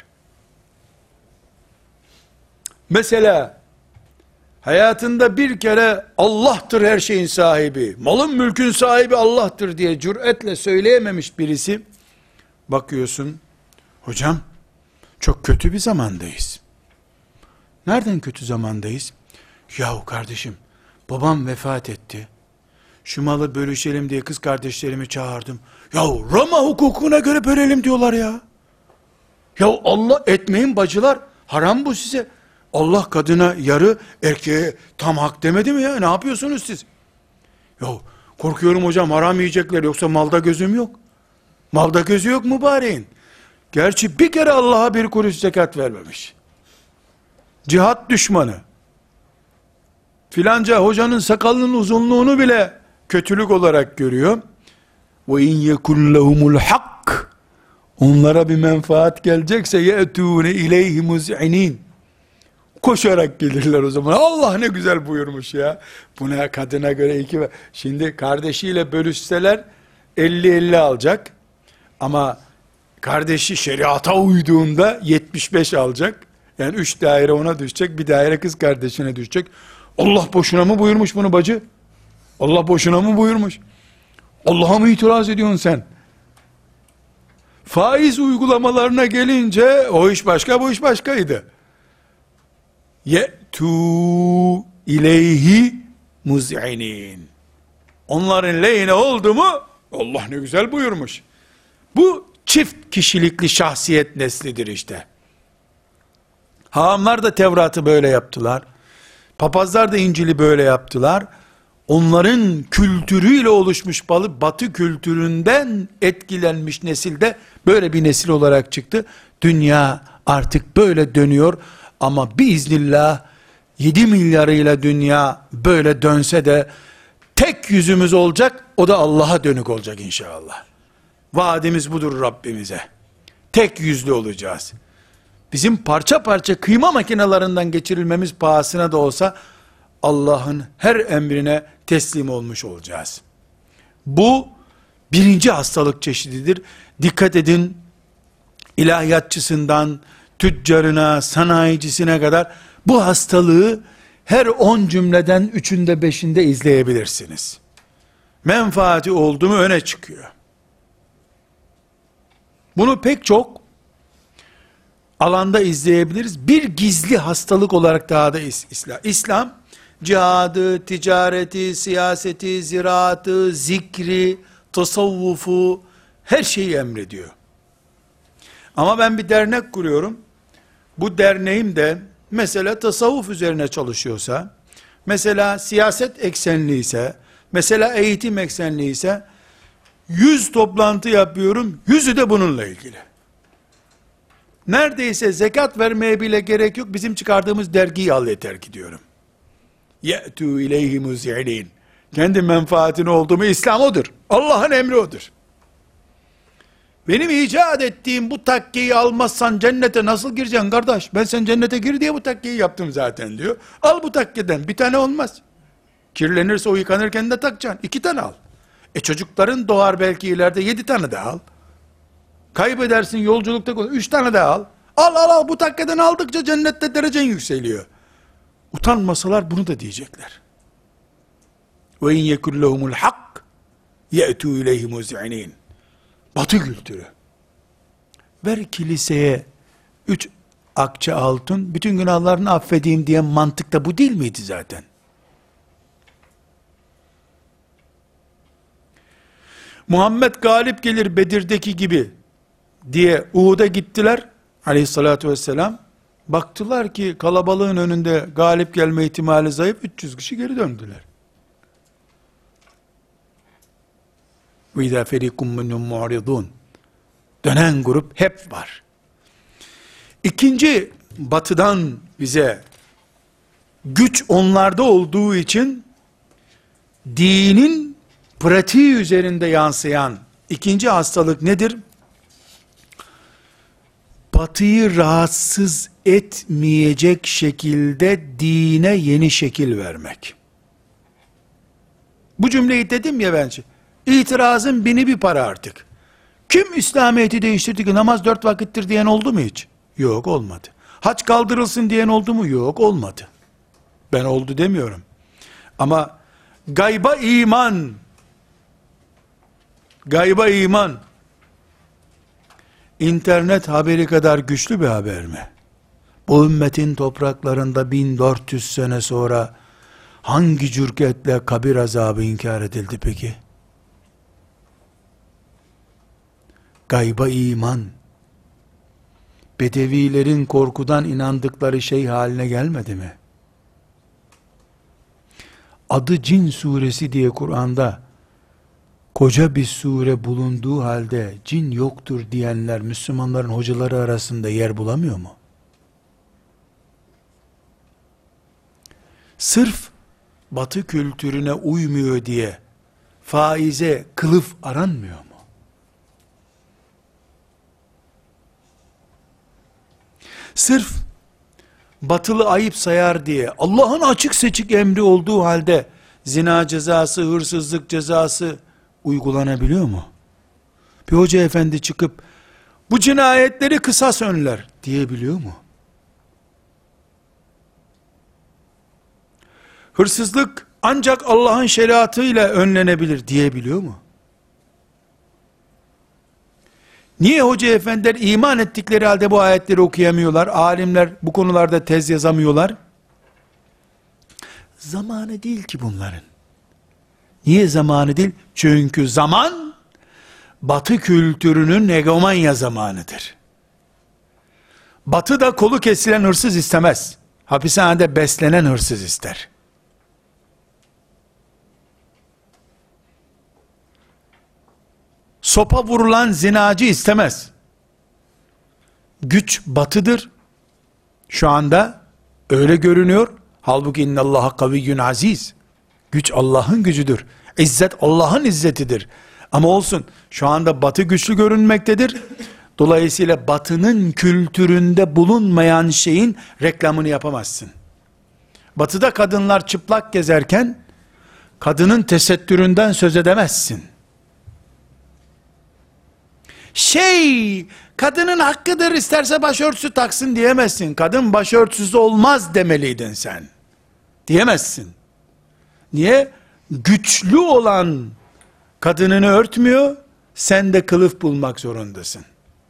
Mesela hayatında bir kere Allah'tır her şeyin sahibi, malın mülkün sahibi Allah'tır diye cüretle söyleyememiş birisi, bakıyorsun, hocam çok kötü bir zamandayız. Nereden kötü zamandayız? Yahu kardeşim, babam vefat etti. Şu malı bölüşelim diye kız kardeşlerimi çağırdım. Yahu Roma hukukuna göre bölelim diyorlar ya. Yahu Allah etmeyin bacılar, haram bu size. Allah kadına yarı, erkeğe tam hak demedi mi ya? Ne yapıyorsunuz siz? Ya korkuyorum hocam, haram yiyecekler, yoksa malda gözüm yok. Malda gözü yok mübareğin. Gerçi bir kere Allah'a bir kuruş zekat vermemiş. Cihat düşmanı. Filanca hocanın sakalının uzunluğunu bile kötülük olarak görüyor. Ve in yekun lehumul hak. Onlara bir menfaat gelecekse ye'tûne ileyhi muz'inin. Koşarak gelirler o zaman. Allah ne güzel buyurmuş ya. Buna kadına göre iki. Şimdi kardeşiyle bölüşseler elli elli alacak. Ama kardeşi şeriata uyduğunda yetmiş beş alacak. Yani üç daire ona düşecek, bir daire kız kardeşine düşecek. Allah boşuna mı buyurmuş bunu bacı? Allah boşuna mı buyurmuş? Allah'a mı itiraz ediyorsun sen? Faiz uygulamalarına gelince o iş başka, bu iş başkaydı. Ye'tû ileyhi muz'inin. Onların lehine oldu mu Allah ne güzel buyurmuş. Bu çift kişilikli şahsiyet neslidir işte. Hahamlar da Tevrat'ı böyle yaptılar. Papazlar da İncil'i böyle yaptılar. Onların kültürüyle oluşmuş balı batı kültüründen etkilenmiş nesilde böyle bir nesil olarak çıktı. Dünya artık böyle dönüyor ama biiznillah yedi milyarıyla dünya böyle dönse de tek yüzümüz olacak, o da Allah'a dönük olacak inşallah. Vaadimiz budur Rabbimize. Tek yüzlü olacağız. Bizim parça parça kıyma makinelerinden geçirilmemiz pahasına da olsa Allah'ın her emrine teslim olmuş olacağız. Bu birinci hastalık çeşididir. Dikkat edin, ilahiyatçısından tüccarına, sanayicisine kadar bu hastalığı her on cümleden üçünde beşinde izleyebilirsiniz. Menfaati oldu mu öne çıkıyor. Bunu pek çok alanda izleyebiliriz. Bir gizli hastalık olarak daha da İslam. İslam, cihadı, ticareti, siyaseti, ziraatı, zikri, tasavvufu, her şeyi emrediyor. Ama ben bir dernek kuruyorum. Bu derneğim de mesela tasavvuf üzerine çalışıyorsa, mesela siyaset eksenli ise, mesela eğitim eksenli ise, yüz toplantı yapıyorum, yüzü de bununla ilgili. Neredeyse zekat vermeye bile gerek yok, bizim çıkardığımız dergiyi al yeter gidiyorum. يَأْتُوا اِلَيْهِ مُزْعِلِينَ. Kendi menfaatin oldu mu İslam odur. Allah'ın emri odur. Benim icat ettiğim bu takkeyi almazsan cennete nasıl gireceksin kardeş? Ben sen cennete gir diye bu takkeyi yaptım zaten diyor. Al bu takkeden, bir tane olmaz. Kirlenirse o yıkanırken de takacaksın. İki tane al. E çocukların doğar belki ileride, yedi tane de al. Kaybedersin yolculukta, üç tane de al. Al al al, bu takkeden aldıkça cennette derecen yükseliyor. Utanmasalar bunu da diyecekler. Ve in yekullehumul hak ye'tu ileyhi muz'inin. Batı kültürü. Ver kiliseye üç akçe altın, bütün günahlarını affedeyim diye mantıkta bu değil miydi zaten? Muhammed galip gelir Bedir'deki gibi diye Uhud'a gittiler aleyhissalatü vesselam. Baktılar ki kalabalığın önünde galip gelme ihtimali zayıf, üç yüz kişi geri döndüler. وَاِذَا فَرِيقٌ مِّنْهُمْ مُعْرِضُونَ. Dönen grup hep var. İkinci, batıdan bize güç onlarda olduğu için dinin pratiği üzerinde yansıyan ikinci hastalık nedir? Batıyı rahatsız etmeyecek şekilde dine yeni şekil vermek. Bu cümleyi dedim ya bence. İtirazın bini bir para artık. Kim İslamiyet'i değiştirdi ki namaz dört vakittir diyen oldu mu hiç? Yok, olmadı. Hac kaldırılsın diyen oldu mu? Yok, olmadı. Ben oldu demiyorum. Ama gayba iman, gayba iman, İnternet haberi kadar güçlü bir haber mi? Bu ümmetin topraklarında bin dört yüz sene sonra hangi cüretle kabir azabı inkar edildi peki? Gayba iman, Bedevilerin korkudan inandıkları şey haline gelmedi mi? Adı Cin suresi diye Kur'an'da koca bir sure bulunduğu halde cin yoktur diyenler Müslümanların hocaları arasında yer bulamıyor mu? Sırf Batı kültürüne uymuyor diye faize kılıf aranmıyor mu? Sırf batılı ayıp sayar diye Allah'ın açık seçik emri olduğu halde zina cezası, hırsızlık cezası uygulanabiliyor mu? Bir hoca efendi çıkıp bu cinayetleri kısas önler diyebiliyor mu? Hırsızlık ancak Allah'ın şeriatıyla önlenebilir diyebiliyor mu? Niye hoca efendiler iman ettikleri halde bu ayetleri okuyamıyorlar? Alimler bu konularda tez yazamıyorlar? Zamanı değil ki bunların. Niye zamanı değil? Çünkü zaman Batı kültürünün hegemonya zamanıdır. Batı da kolu kesilen hırsız istemez. Hapishanede beslenen hırsız ister. Sopa vurulan zinacı istemez. Güç batıdır. Şu anda öyle görünüyor. Halbuki innallaha kaviyyun aziz. Güç Allah'ın gücüdür. İzzet Allah'ın izzetidir. Ama olsun, şu anda batı güçlü görünmektedir. Dolayısıyla batının kültüründe bulunmayan şeyin reklamını yapamazsın. Batıda kadınlar çıplak gezerken, kadının tesettüründen söz edemezsin. Şey, kadının hakkıdır, isterse başörtüsü taksın diyemezsin. Kadın başörtüsü olmaz demeliydin sen. Diyemezsin. Niye? Güçlü olan kadınını örtmüyor, sen de kılıf bulmak zorundasın.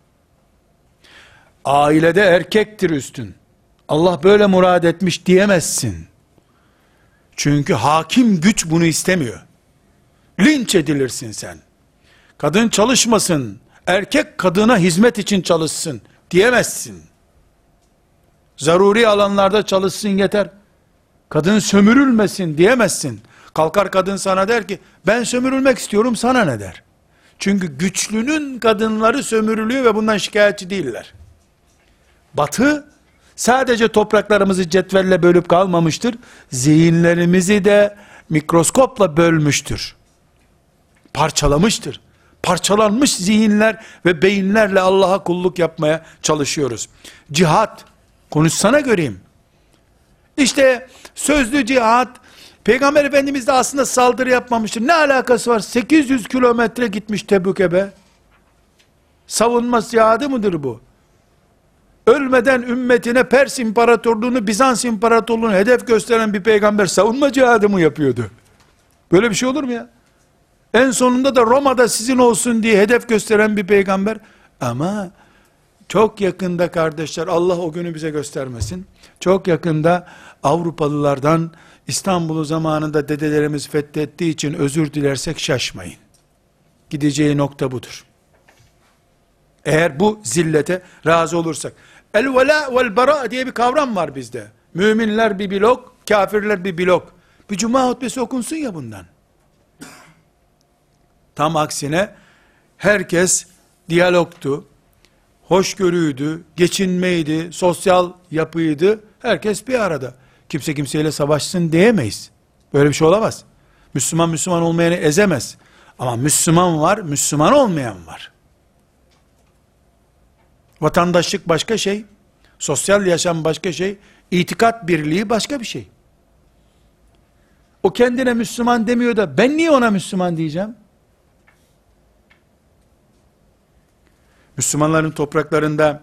Ailede erkektir üstün. Allah böyle murad etmiş diyemezsin. Çünkü hakim güç bunu istemiyor. Linç edilirsin sen. Kadın çalışmasın, erkek kadına hizmet için çalışsın diyemezsin. Zaruri alanlarda çalışsın yeter. Kadın sömürülmesin diyemezsin. Kalkar kadın sana der ki, ben sömürülmek istiyorum, sana ne der? Çünkü güçlünün kadınları sömürülüyor ve bundan şikayetçi değiller. Batı, sadece topraklarımızı cetvelle bölüp kalmamıştır, zihinlerimizi de mikroskopla bölmüştür. Parçalamıştır. Parçalanmış zihinler ve beyinlerle Allah'a kulluk yapmaya çalışıyoruz. Cihat, konuşsana göreyim. İşte sözlü cihat, Peygamber Efendimiz de aslında saldırı yapmamıştır. Ne alakası var? sekiz yüz kilometre gitmiş Tebük'e be. Savunma cihadı mıdır bu? Ölmeden ümmetine Pers İmparatorluğunu, Bizans İmparatorluğunu hedef gösteren bir peygamber savunma cihadı mı yapıyordu? Böyle bir şey olur mu ya? En sonunda da Roma'da sizin olsun diye hedef gösteren bir peygamber. Ama çok yakında kardeşler, Allah o günü bize göstermesin. Çok yakında Avrupalılardan İstanbul'u zamanında dedelerimiz fethettiği için özür dilersek şaşmayın. Gideceği nokta budur. Eğer bu zillete razı olursak. El-vela vel-bara diye bir kavram var bizde. Müminler bir blok, kafirler bir blok. Bir cuma hutbesi okunsun ya bundan. Tam aksine herkes diyalogtu, hoşgörüydü, geçinmeydi, sosyal yapıydı. Herkes bir arada. Kimse kimseyle savaşsın diyemeyiz. Böyle bir şey olamaz. Müslüman Müslüman olmayanı ezemez. Ama Müslüman var, Müslüman olmayan var. Vatandaşlık başka şey, sosyal yaşam başka şey, itikat birliği başka bir şey. O kendine Müslüman demiyor da ben niye ona Müslüman diyeceğim? Müslümanların topraklarında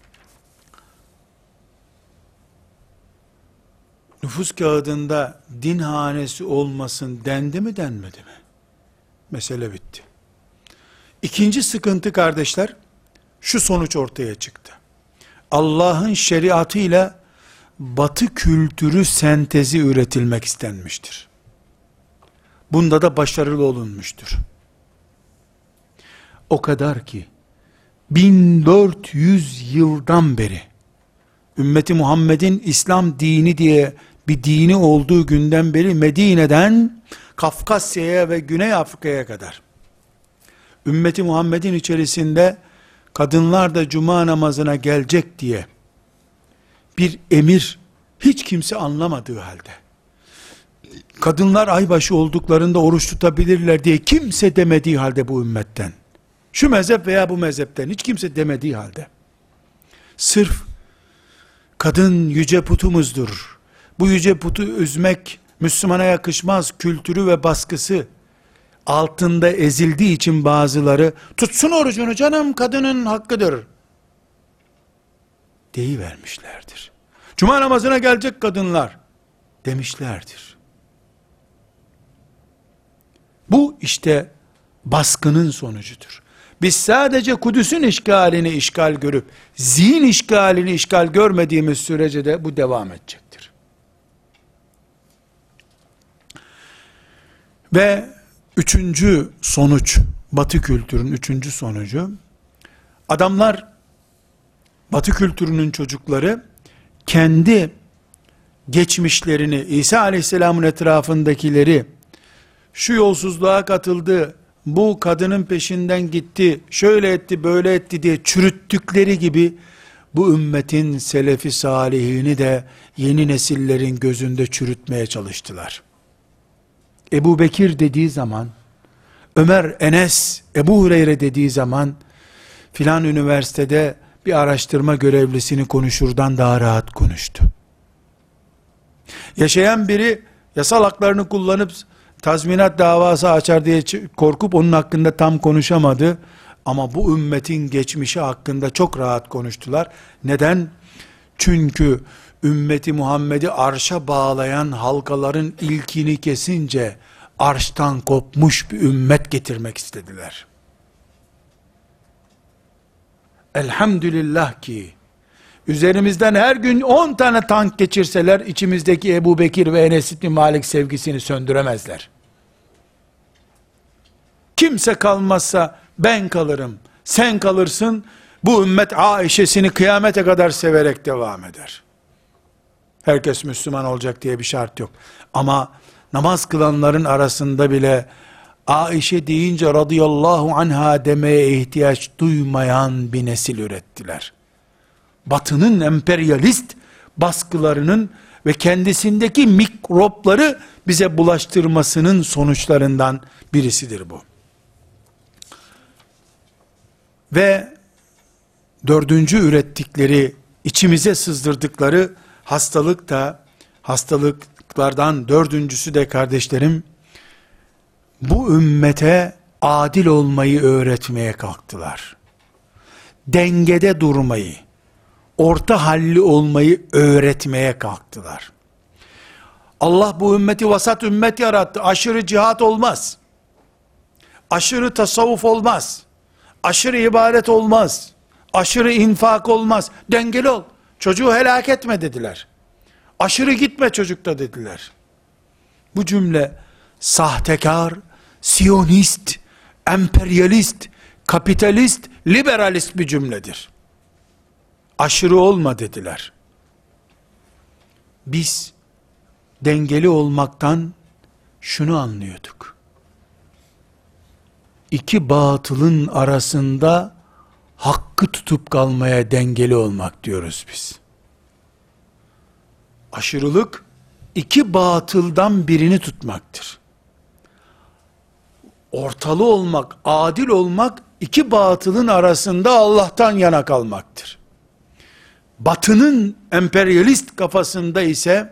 nüfus kağıdında din hanesi olmasın dendi mi denmedi mi? Mesele bitti. İkinci sıkıntı kardeşler, şu sonuç ortaya çıktı. Allah'ın şeriatıyla batı kültürü sentezi üretilmek istenmiştir. Bunda da başarılı olunmuştur. O kadar ki bin dört yüz yıldan beri ümmeti Muhammed'in İslam dini diye bir dini olduğu günden beri Medine'den Kafkasya'ya ve Güney Afrika'ya kadar ümmeti Muhammed'in içerisinde kadınlar da cuma namazına gelecek diye bir emir hiç kimse anlamadığı halde, kadınlar aybaşı olduklarında oruç tutabilirler diye kimse demediği halde bu ümmetten, şu mezhep veya bu mezhepten hiç kimse demediği halde, sırf kadın yüce putumuzdur, bu yüce putu üzmek Müslümana yakışmaz kültürü ve baskısı altında ezildiği için bazıları tutsun orucunu canım, kadının hakkıdır deyivermişlerdir. Cuma namazına gelecek kadınlar demişlerdir. Bu işte baskının sonucudur. Biz sadece Kudüs'ün işgalini işgal görüp zihin işgalini işgal görmediğimiz sürece de bu devam edecektir. Ve üçüncü sonuç Batı kültürün üçüncü sonucu, adamlar, Batı kültürünün çocukları, kendi geçmişlerini, İsa Aleyhisselam'ın etrafındakileri, şu yolsuzluğa katıldı, bu kadının peşinden gitti, şöyle etti, böyle etti diye çürüttükleri gibi, bu ümmetin selefi salihini de yeni nesillerin gözünde çürütmeye çalıştılar. Ebu Bekir dediği zaman, Ömer, Enes, Ebu Hureyre dediği zaman, filan üniversitede bir araştırma görevlisini konuşurdan daha rahat konuştu. Yaşayan biri yasal haklarını kullanıp tazminat davası açar diye korkup onun hakkında tam konuşamadı. Ama bu ümmetin geçmişi hakkında çok rahat konuştular. Neden? Çünkü ümmeti Muhammed'i arşa bağlayan halkaların ilkini kesince arştan kopmuş bir ümmet getirmek istediler. Elhamdülillah ki üzerimizden her gün on tane tank geçirseler içimizdeki Ebu Bekir ve Enes İbni Malik sevgisini söndüremezler. Kimse kalmazsa ben kalırım, sen kalırsın, bu ümmet Aişe'sini kıyamete kadar severek devam eder. Herkes Müslüman olacak diye bir şart yok. Ama namaz kılanların arasında bile Aişe deyince radıyallahu anha demeye ihtiyaç duymayan bir nesil ürettiler. Batının emperyalist baskılarının ve kendisindeki mikropları bize bulaştırmasının sonuçlarından birisidir bu. Ve dördüncü ürettikleri, içimize sızdırdıkları hastalık da, hastalıklardan dördüncüsü de kardeşlerim, bu ümmete adil olmayı öğretmeye kalktılar. Dengede durmayı, orta halli olmayı öğretmeye kalktılar. Allah bu ümmeti vasat ümmet yarattı. Aşırı cihat olmaz. Aşırı tasavvuf olmaz. Aşırı ibadet olmaz. Aşırı infak olmaz. Dengeli ol. Çocuğu helak etme dediler. Aşırı gitme çocukta dediler. Bu cümle sahtekar, siyonist, emperyalist, kapitalist, liberalist bir cümledir. Aşırı olma dediler. Biz dengeli olmaktan şunu anlıyorduk. İki batılın arasında hakkı tutup kalmaya dengeli olmak diyoruz biz. Aşırılık iki batıldan birini tutmaktır. Ortalı olmak, adil olmak iki batılın arasında Allah'tan yana kalmaktır. Batının emperyalist kafasında ise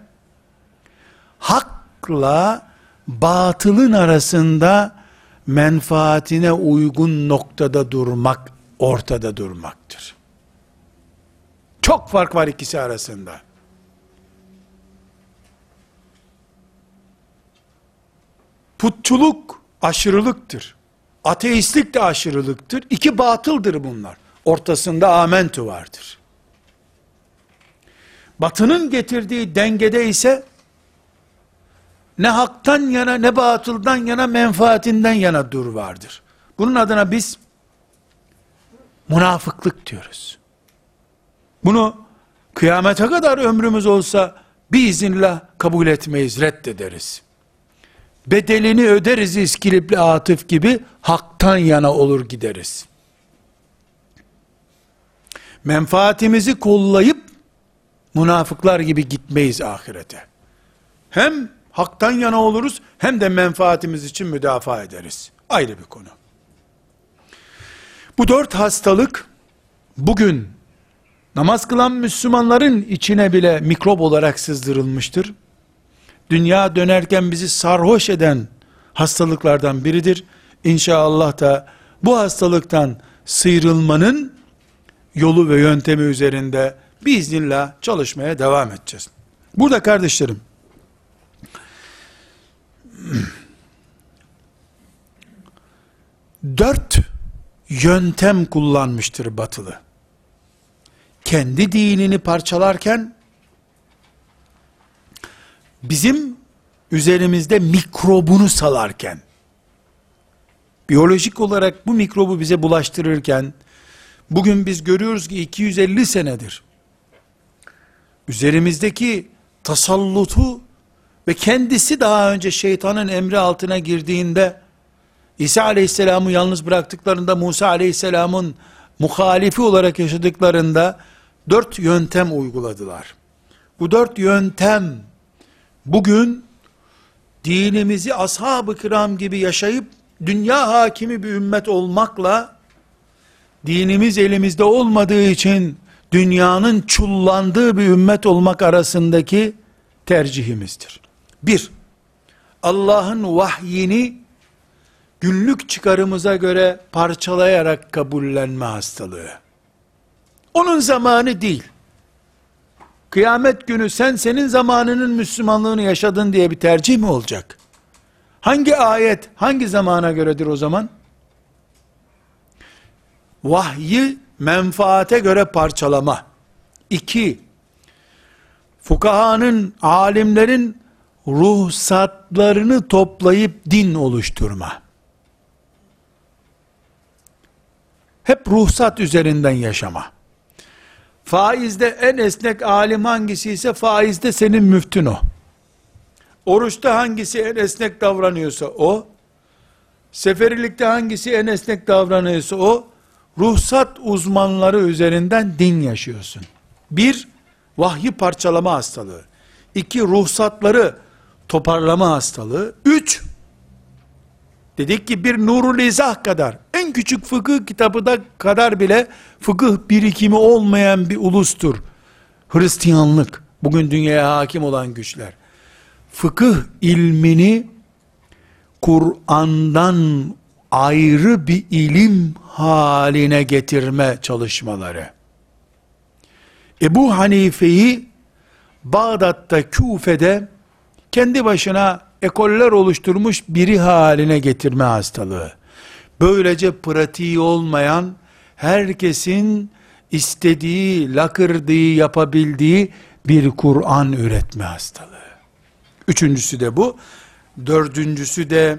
hakla batılın arasında menfaatine uygun noktada durmak, ortada durmaktır. Çok fark var ikisi arasında. Putçuluk aşırılıktır. Ateistlik de aşırılıktır. İki batıldır bunlar. Ortasında amentu vardır. Batının getirdiği dengede ise ne haktan yana ne batıldan yana menfaatinden yana dur vardır. Bunun adına biz münafıklık diyoruz. Bunu kıyamete kadar ömrümüz olsa biiznillah kabul etmeyiz, reddederiz. Bedelini öderiz İskilipli Atıf gibi, haktan yana olur gideriz. Menfaatimizi kollayıp münafıklar gibi gitmeyiz ahirete. Hem haktan yana oluruz, hem de menfaatimiz için müdafaa ederiz. Ayrı bir konu. Bu dört hastalık, bugün namaz kılan Müslümanların içine bile mikrop olarak sızdırılmıştır. Dünya dönerken bizi sarhoş eden hastalıklardan biridir. İnşallah da bu hastalıktan sıyrılmanın yolu ve yöntemi üzerinde biiznillah çalışmaya devam edeceğiz. Burada kardeşlerim, dört yöntem kullanmıştır batılı. Kendi dinini parçalarken, bizim üzerimizde mikrobunu salarken, biyolojik olarak bu mikrobu bize bulaştırırken, bugün biz görüyoruz ki iki yüz elli senedir üzerimizdeki tasallutu ve kendisi daha önce şeytanın emri altına girdiğinde, İsa aleyhisselamı yalnız bıraktıklarında, Musa aleyhisselamın muhalifi olarak yaşadıklarında dört yöntem uyguladılar. Bu dört yöntem bugün dinimizi ashab-ı kiram gibi yaşayıp dünya hakimi bir ümmet olmakla, dinimiz elimizde olmadığı için dünyanın çullandığı bir ümmet olmak arasındaki tercihimizdir. Bir, Allah'ın vahyini günlük çıkarımıza göre parçalayarak kabullenme hastalığı. Onun zamanı değil. Kıyamet günü sen senin zamanının Müslümanlığını yaşadın diye bir tercih mi olacak? Hangi ayet hangi zamana göredir o zaman? Vahyi menfaate göre parçalama. İki, fukahanın, alimlerin ruhsatlarını toplayıp din oluşturma. Hep ruhsat üzerinden yaşama. Faizde en esnek alim hangisi ise faizde senin müftün o. Oruçta hangisi en esnek davranıyorsa o. Seferilikte hangisi en esnek davranıyorsa o. Ruhsat uzmanları üzerinden din yaşıyorsun. Bir, vahyi parçalama hastalığı. İki, ruhsatları toparlama hastalığı. Üç, dedik ki bir Nurul İzah kadar, en küçük fıkıh kitabı da kadar bile fıkıh birikimi olmayan bir ulustur Hristiyanlık. Bugün dünyaya hakim olan güçler. Fıkıh ilmini Kur'an'dan ayrı bir ilim haline getirme çalışmaları. Ebu Hanife'yi Bağdat'ta, Küfe'de kendi başına ekoller oluşturmuş biri haline getirme hastalığı. Böylece pratiği olmayan, herkesin istediği, lakırdığı yapabildiği bir Kur'an üretme hastalığı. Üçüncüsü de bu. Dördüncüsü de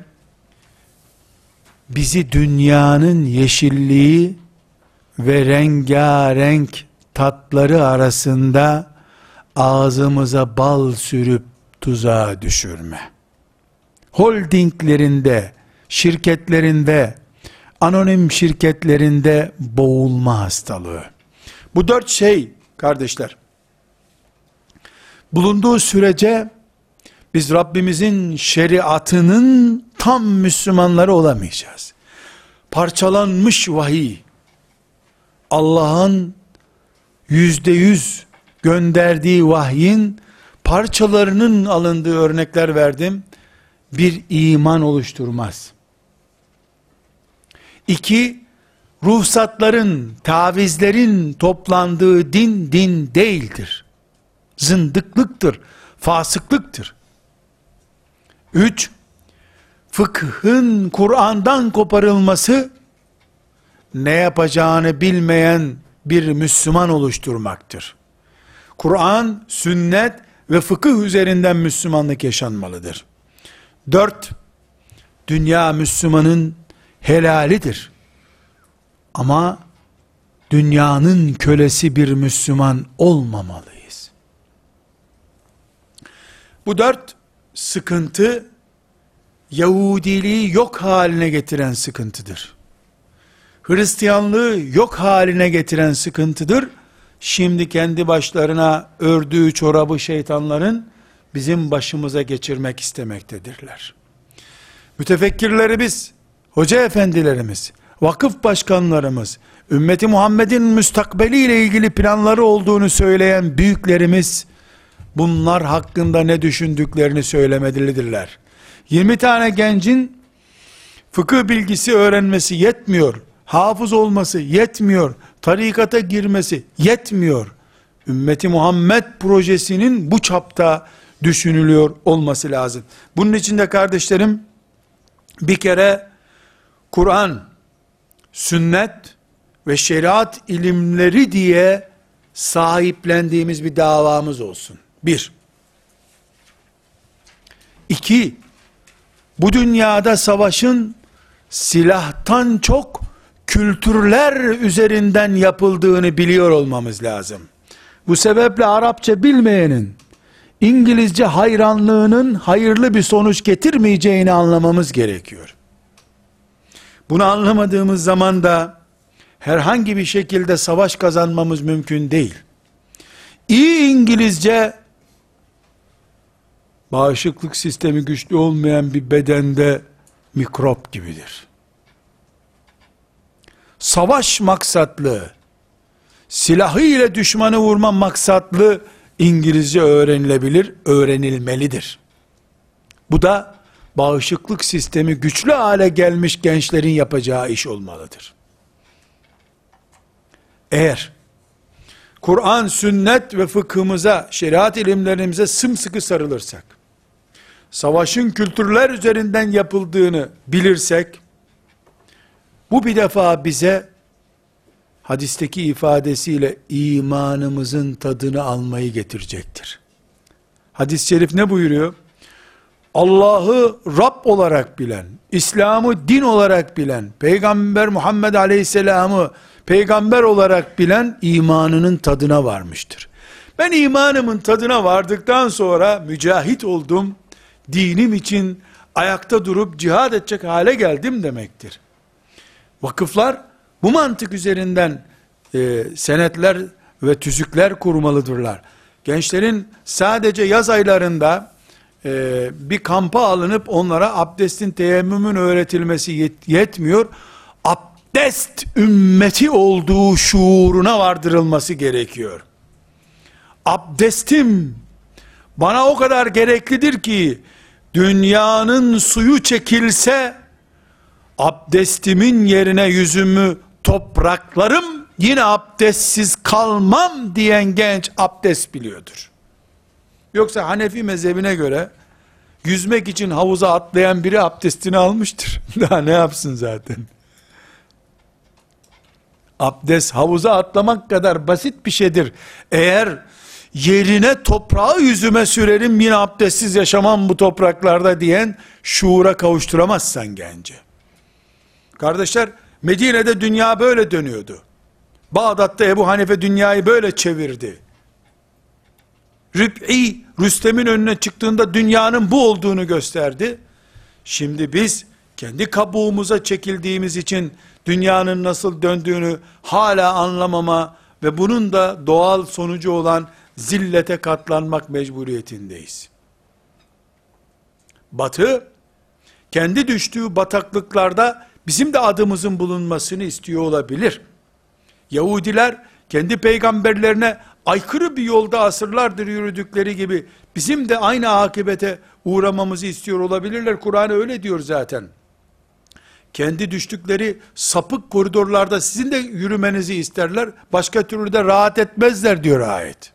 bizi dünyanın yeşilliği ve rengarenk tatları arasında ağzımıza bal sürüp tuzağa düşürme. Holdinglerinde, şirketlerinde, anonim şirketlerinde boğulma hastalığı. Bu dört şey kardeşler, bulunduğu sürece biz Rabbimizin şeriatının tam Müslümanları olamayacağız. Parçalanmış vahiy, Allah'ın yüzde yüz gönderdiği vahyin parçalarının alındığı örnekler verdim. Bir iman oluşturmaz. İki, ruhsatların, tavizlerin toplandığı din, din değildir. Zındıklıktır, fasıklıktır. Üç, fıkhın Kur'an'dan koparılması, ne yapacağını bilmeyen bir Müslüman oluşturmaktır. Kur'an, sünnet ve fıkıh üzerinden Müslümanlık yaşanmalıdır. Dört, dünya Müslümanın helalidir. Ama dünyanın kölesi bir Müslüman olmamalıyız. Bu dört sıkıntı, Yahudiliği yok haline getiren sıkıntıdır. Hristiyanlığı yok haline getiren sıkıntıdır. Şimdi kendi başlarına ördüğü çorabı şeytanların bizim başımıza geçirmek istemektedirler. Mütefekkirlerimiz, hoca efendilerimiz, vakıf başkanlarımız, ümmeti Muhammed'in müstakbeli ile ilgili planları olduğunu söyleyen büyüklerimiz, bunlar hakkında ne düşündüklerini söylemelidirler. yirmi tane gencin fıkıh bilgisi öğrenmesi yetmiyor. Hafız olması yetmiyor. Tarikata girmesi yetmiyor. Ümmeti Muhammed projesinin bu çapta düşünülüyor olması lazım. Bunun için de kardeşlerim, bir kere Kur'an, sünnet ve şeriat ilimleri diye sahiplendiğimiz bir davamız olsun. Bir. İki, bu dünyada savaşın silahtan çok kültürler üzerinden yapıldığını biliyor olmamız lazım. Bu sebeple Arapça bilmeyenin İngilizce hayranlığının hayırlı bir sonuç getirmeyeceğini anlamamız gerekiyor. Bunu anlamadığımız zaman da herhangi bir şekilde savaş kazanmamız mümkün değil. İyi İngilizce, bağışıklık sistemi güçlü olmayan bir bedende mikrop gibidir. Savaş maksatlı, silahı ile düşmanı vurma maksatlı İngilizce öğrenilebilir, öğrenilmelidir. Bu da bağışıklık sistemi güçlü hale gelmiş gençlerin yapacağı iş olmalıdır. Eğer Kur'an, sünnet ve fıkhımıza, şeriat ilimlerimize sımsıkı sarılırsak, savaşın kültürler üzerinden yapıldığını bilirsek, bu bir defa bize hadisteki ifadesiyle imanımızın tadını almayı getirecektir. Hadis-i şerif ne buyuruyor? Allah'ı Rab olarak bilen, İslam'ı din olarak bilen, Peygamber Muhammed Aleyhisselam'ı peygamber olarak bilen imanının tadına varmıştır. Ben imanımın tadına vardıktan sonra mücahit oldum, dinim için ayakta durup cihad edecek hale geldim demektir. Vakıflar bu mantık üzerinden e, senetler ve tüzükler kurmalıdırlar. Gençlerin sadece yaz aylarında e, bir kampa alınıp onlara abdestin, teyemmümün öğretilmesi yet, yetmiyor. Abdest ümmeti olduğu şuuruna vardırılması gerekiyor. Abdestim bana o kadar gereklidir ki dünyanın suyu çekilse abdestimin yerine yüzümü topraklarım, yine abdestsiz kalmam diyen genç abdest biliyordur. Yoksa Hanefi mezhebine göre yüzmek için havuza atlayan biri abdestini almıştır. Daha ne yapsın zaten? Abdest havuza atlamak kadar basit bir şeydir. Eğer yerine toprağı yüzüme sürerim, yine abdestsiz yaşamam bu topraklarda diyen şuura kavuşturamazsan genci. Kardeşler, Medine'de dünya böyle dönüyordu. Bağdat'ta Ebu Hanife dünyayı böyle çevirdi. Rüb'i, Rüstem'in önüne çıktığında dünyanın bu olduğunu gösterdi. Şimdi biz kendi kabuğumuza çekildiğimiz için dünyanın nasıl döndüğünü hala anlamama ve bunun da doğal sonucu olan zillete katlanmak mecburiyetindeyiz. Batı, kendi düştüğü bataklıklarda bizim de adımızın bulunmasını istiyor olabilir. Yahudiler kendi peygamberlerine aykırı bir yolda asırlardır yürüdükleri gibi bizim de aynı akibete uğramamızı istiyor olabilirler. Kur'an öyle diyor zaten. Kendi düştükleri sapık koridorlarda sizin de yürümenizi isterler. Başka türlü de rahat etmezler diyor ayet.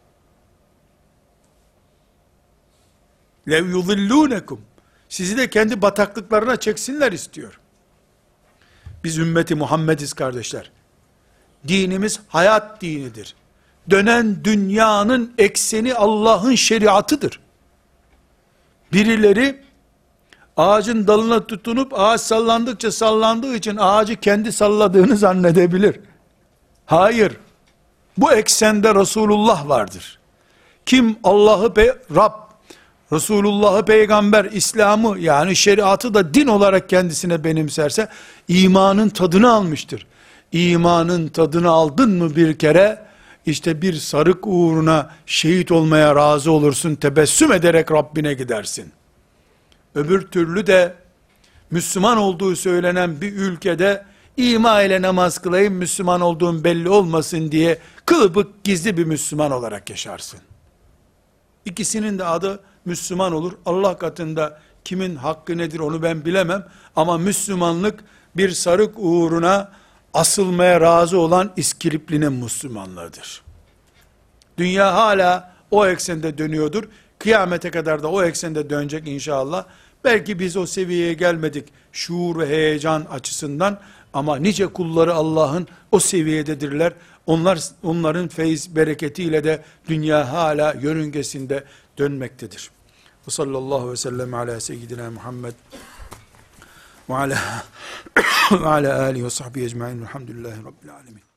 Lev yudillûnekum. Sizi de kendi bataklıklarına çeksinler istiyor. Biz ümmeti Muhammediz kardeşler. Dinimiz hayat dinidir. Dönen dünyanın ekseni Allah'ın şeriatıdır. Birileri ağacın dalına tutunup ağaç sallandıkça sallandığı için ağacı kendi salladığını zannedebilir. Hayır. Bu eksende Resulullah vardır. Kim Allah'ı Rab, Resulullah'ı peygamber, İslam'ı yani şeriatı da din olarak kendisine benimserse imanın tadını almıştır. İmanın tadını aldın mı bir kere, işte bir sarık uğruna şehit olmaya razı olursun, tebessüm ederek Rabbine gidersin. Öbür türlü de Müslüman olduğu söylenen bir ülkede ima ile namaz kılayım, Müslüman olduğum belli olmasın diye kılıbık gizli bir Müslüman olarak yaşarsın. İkisinin de adı Müslüman olur. Allah katında kimin hakkı nedir onu ben bilemem. Ama Müslümanlık bir sarık uğruna asılmaya razı olan İskilipli'nin Müslümanlığıdır. Dünya hala o eksende dönüyordur. Kıyamete kadar da o eksende dönecek inşallah. Belki biz o seviyeye gelmedik şuur ve heyecan açısından ama nice kulları Allah'ın o seviyededirler. Onlar onların feyiz bereketiyle de dünya hala yörüngesinde dönmektedir. Ve sallallahu aleyhi ve sellem ala seyyidina Muhammed ve ala ve ala alihi ve sahbihi ecmaîn. Elhamdülillahi rabbil âlemin.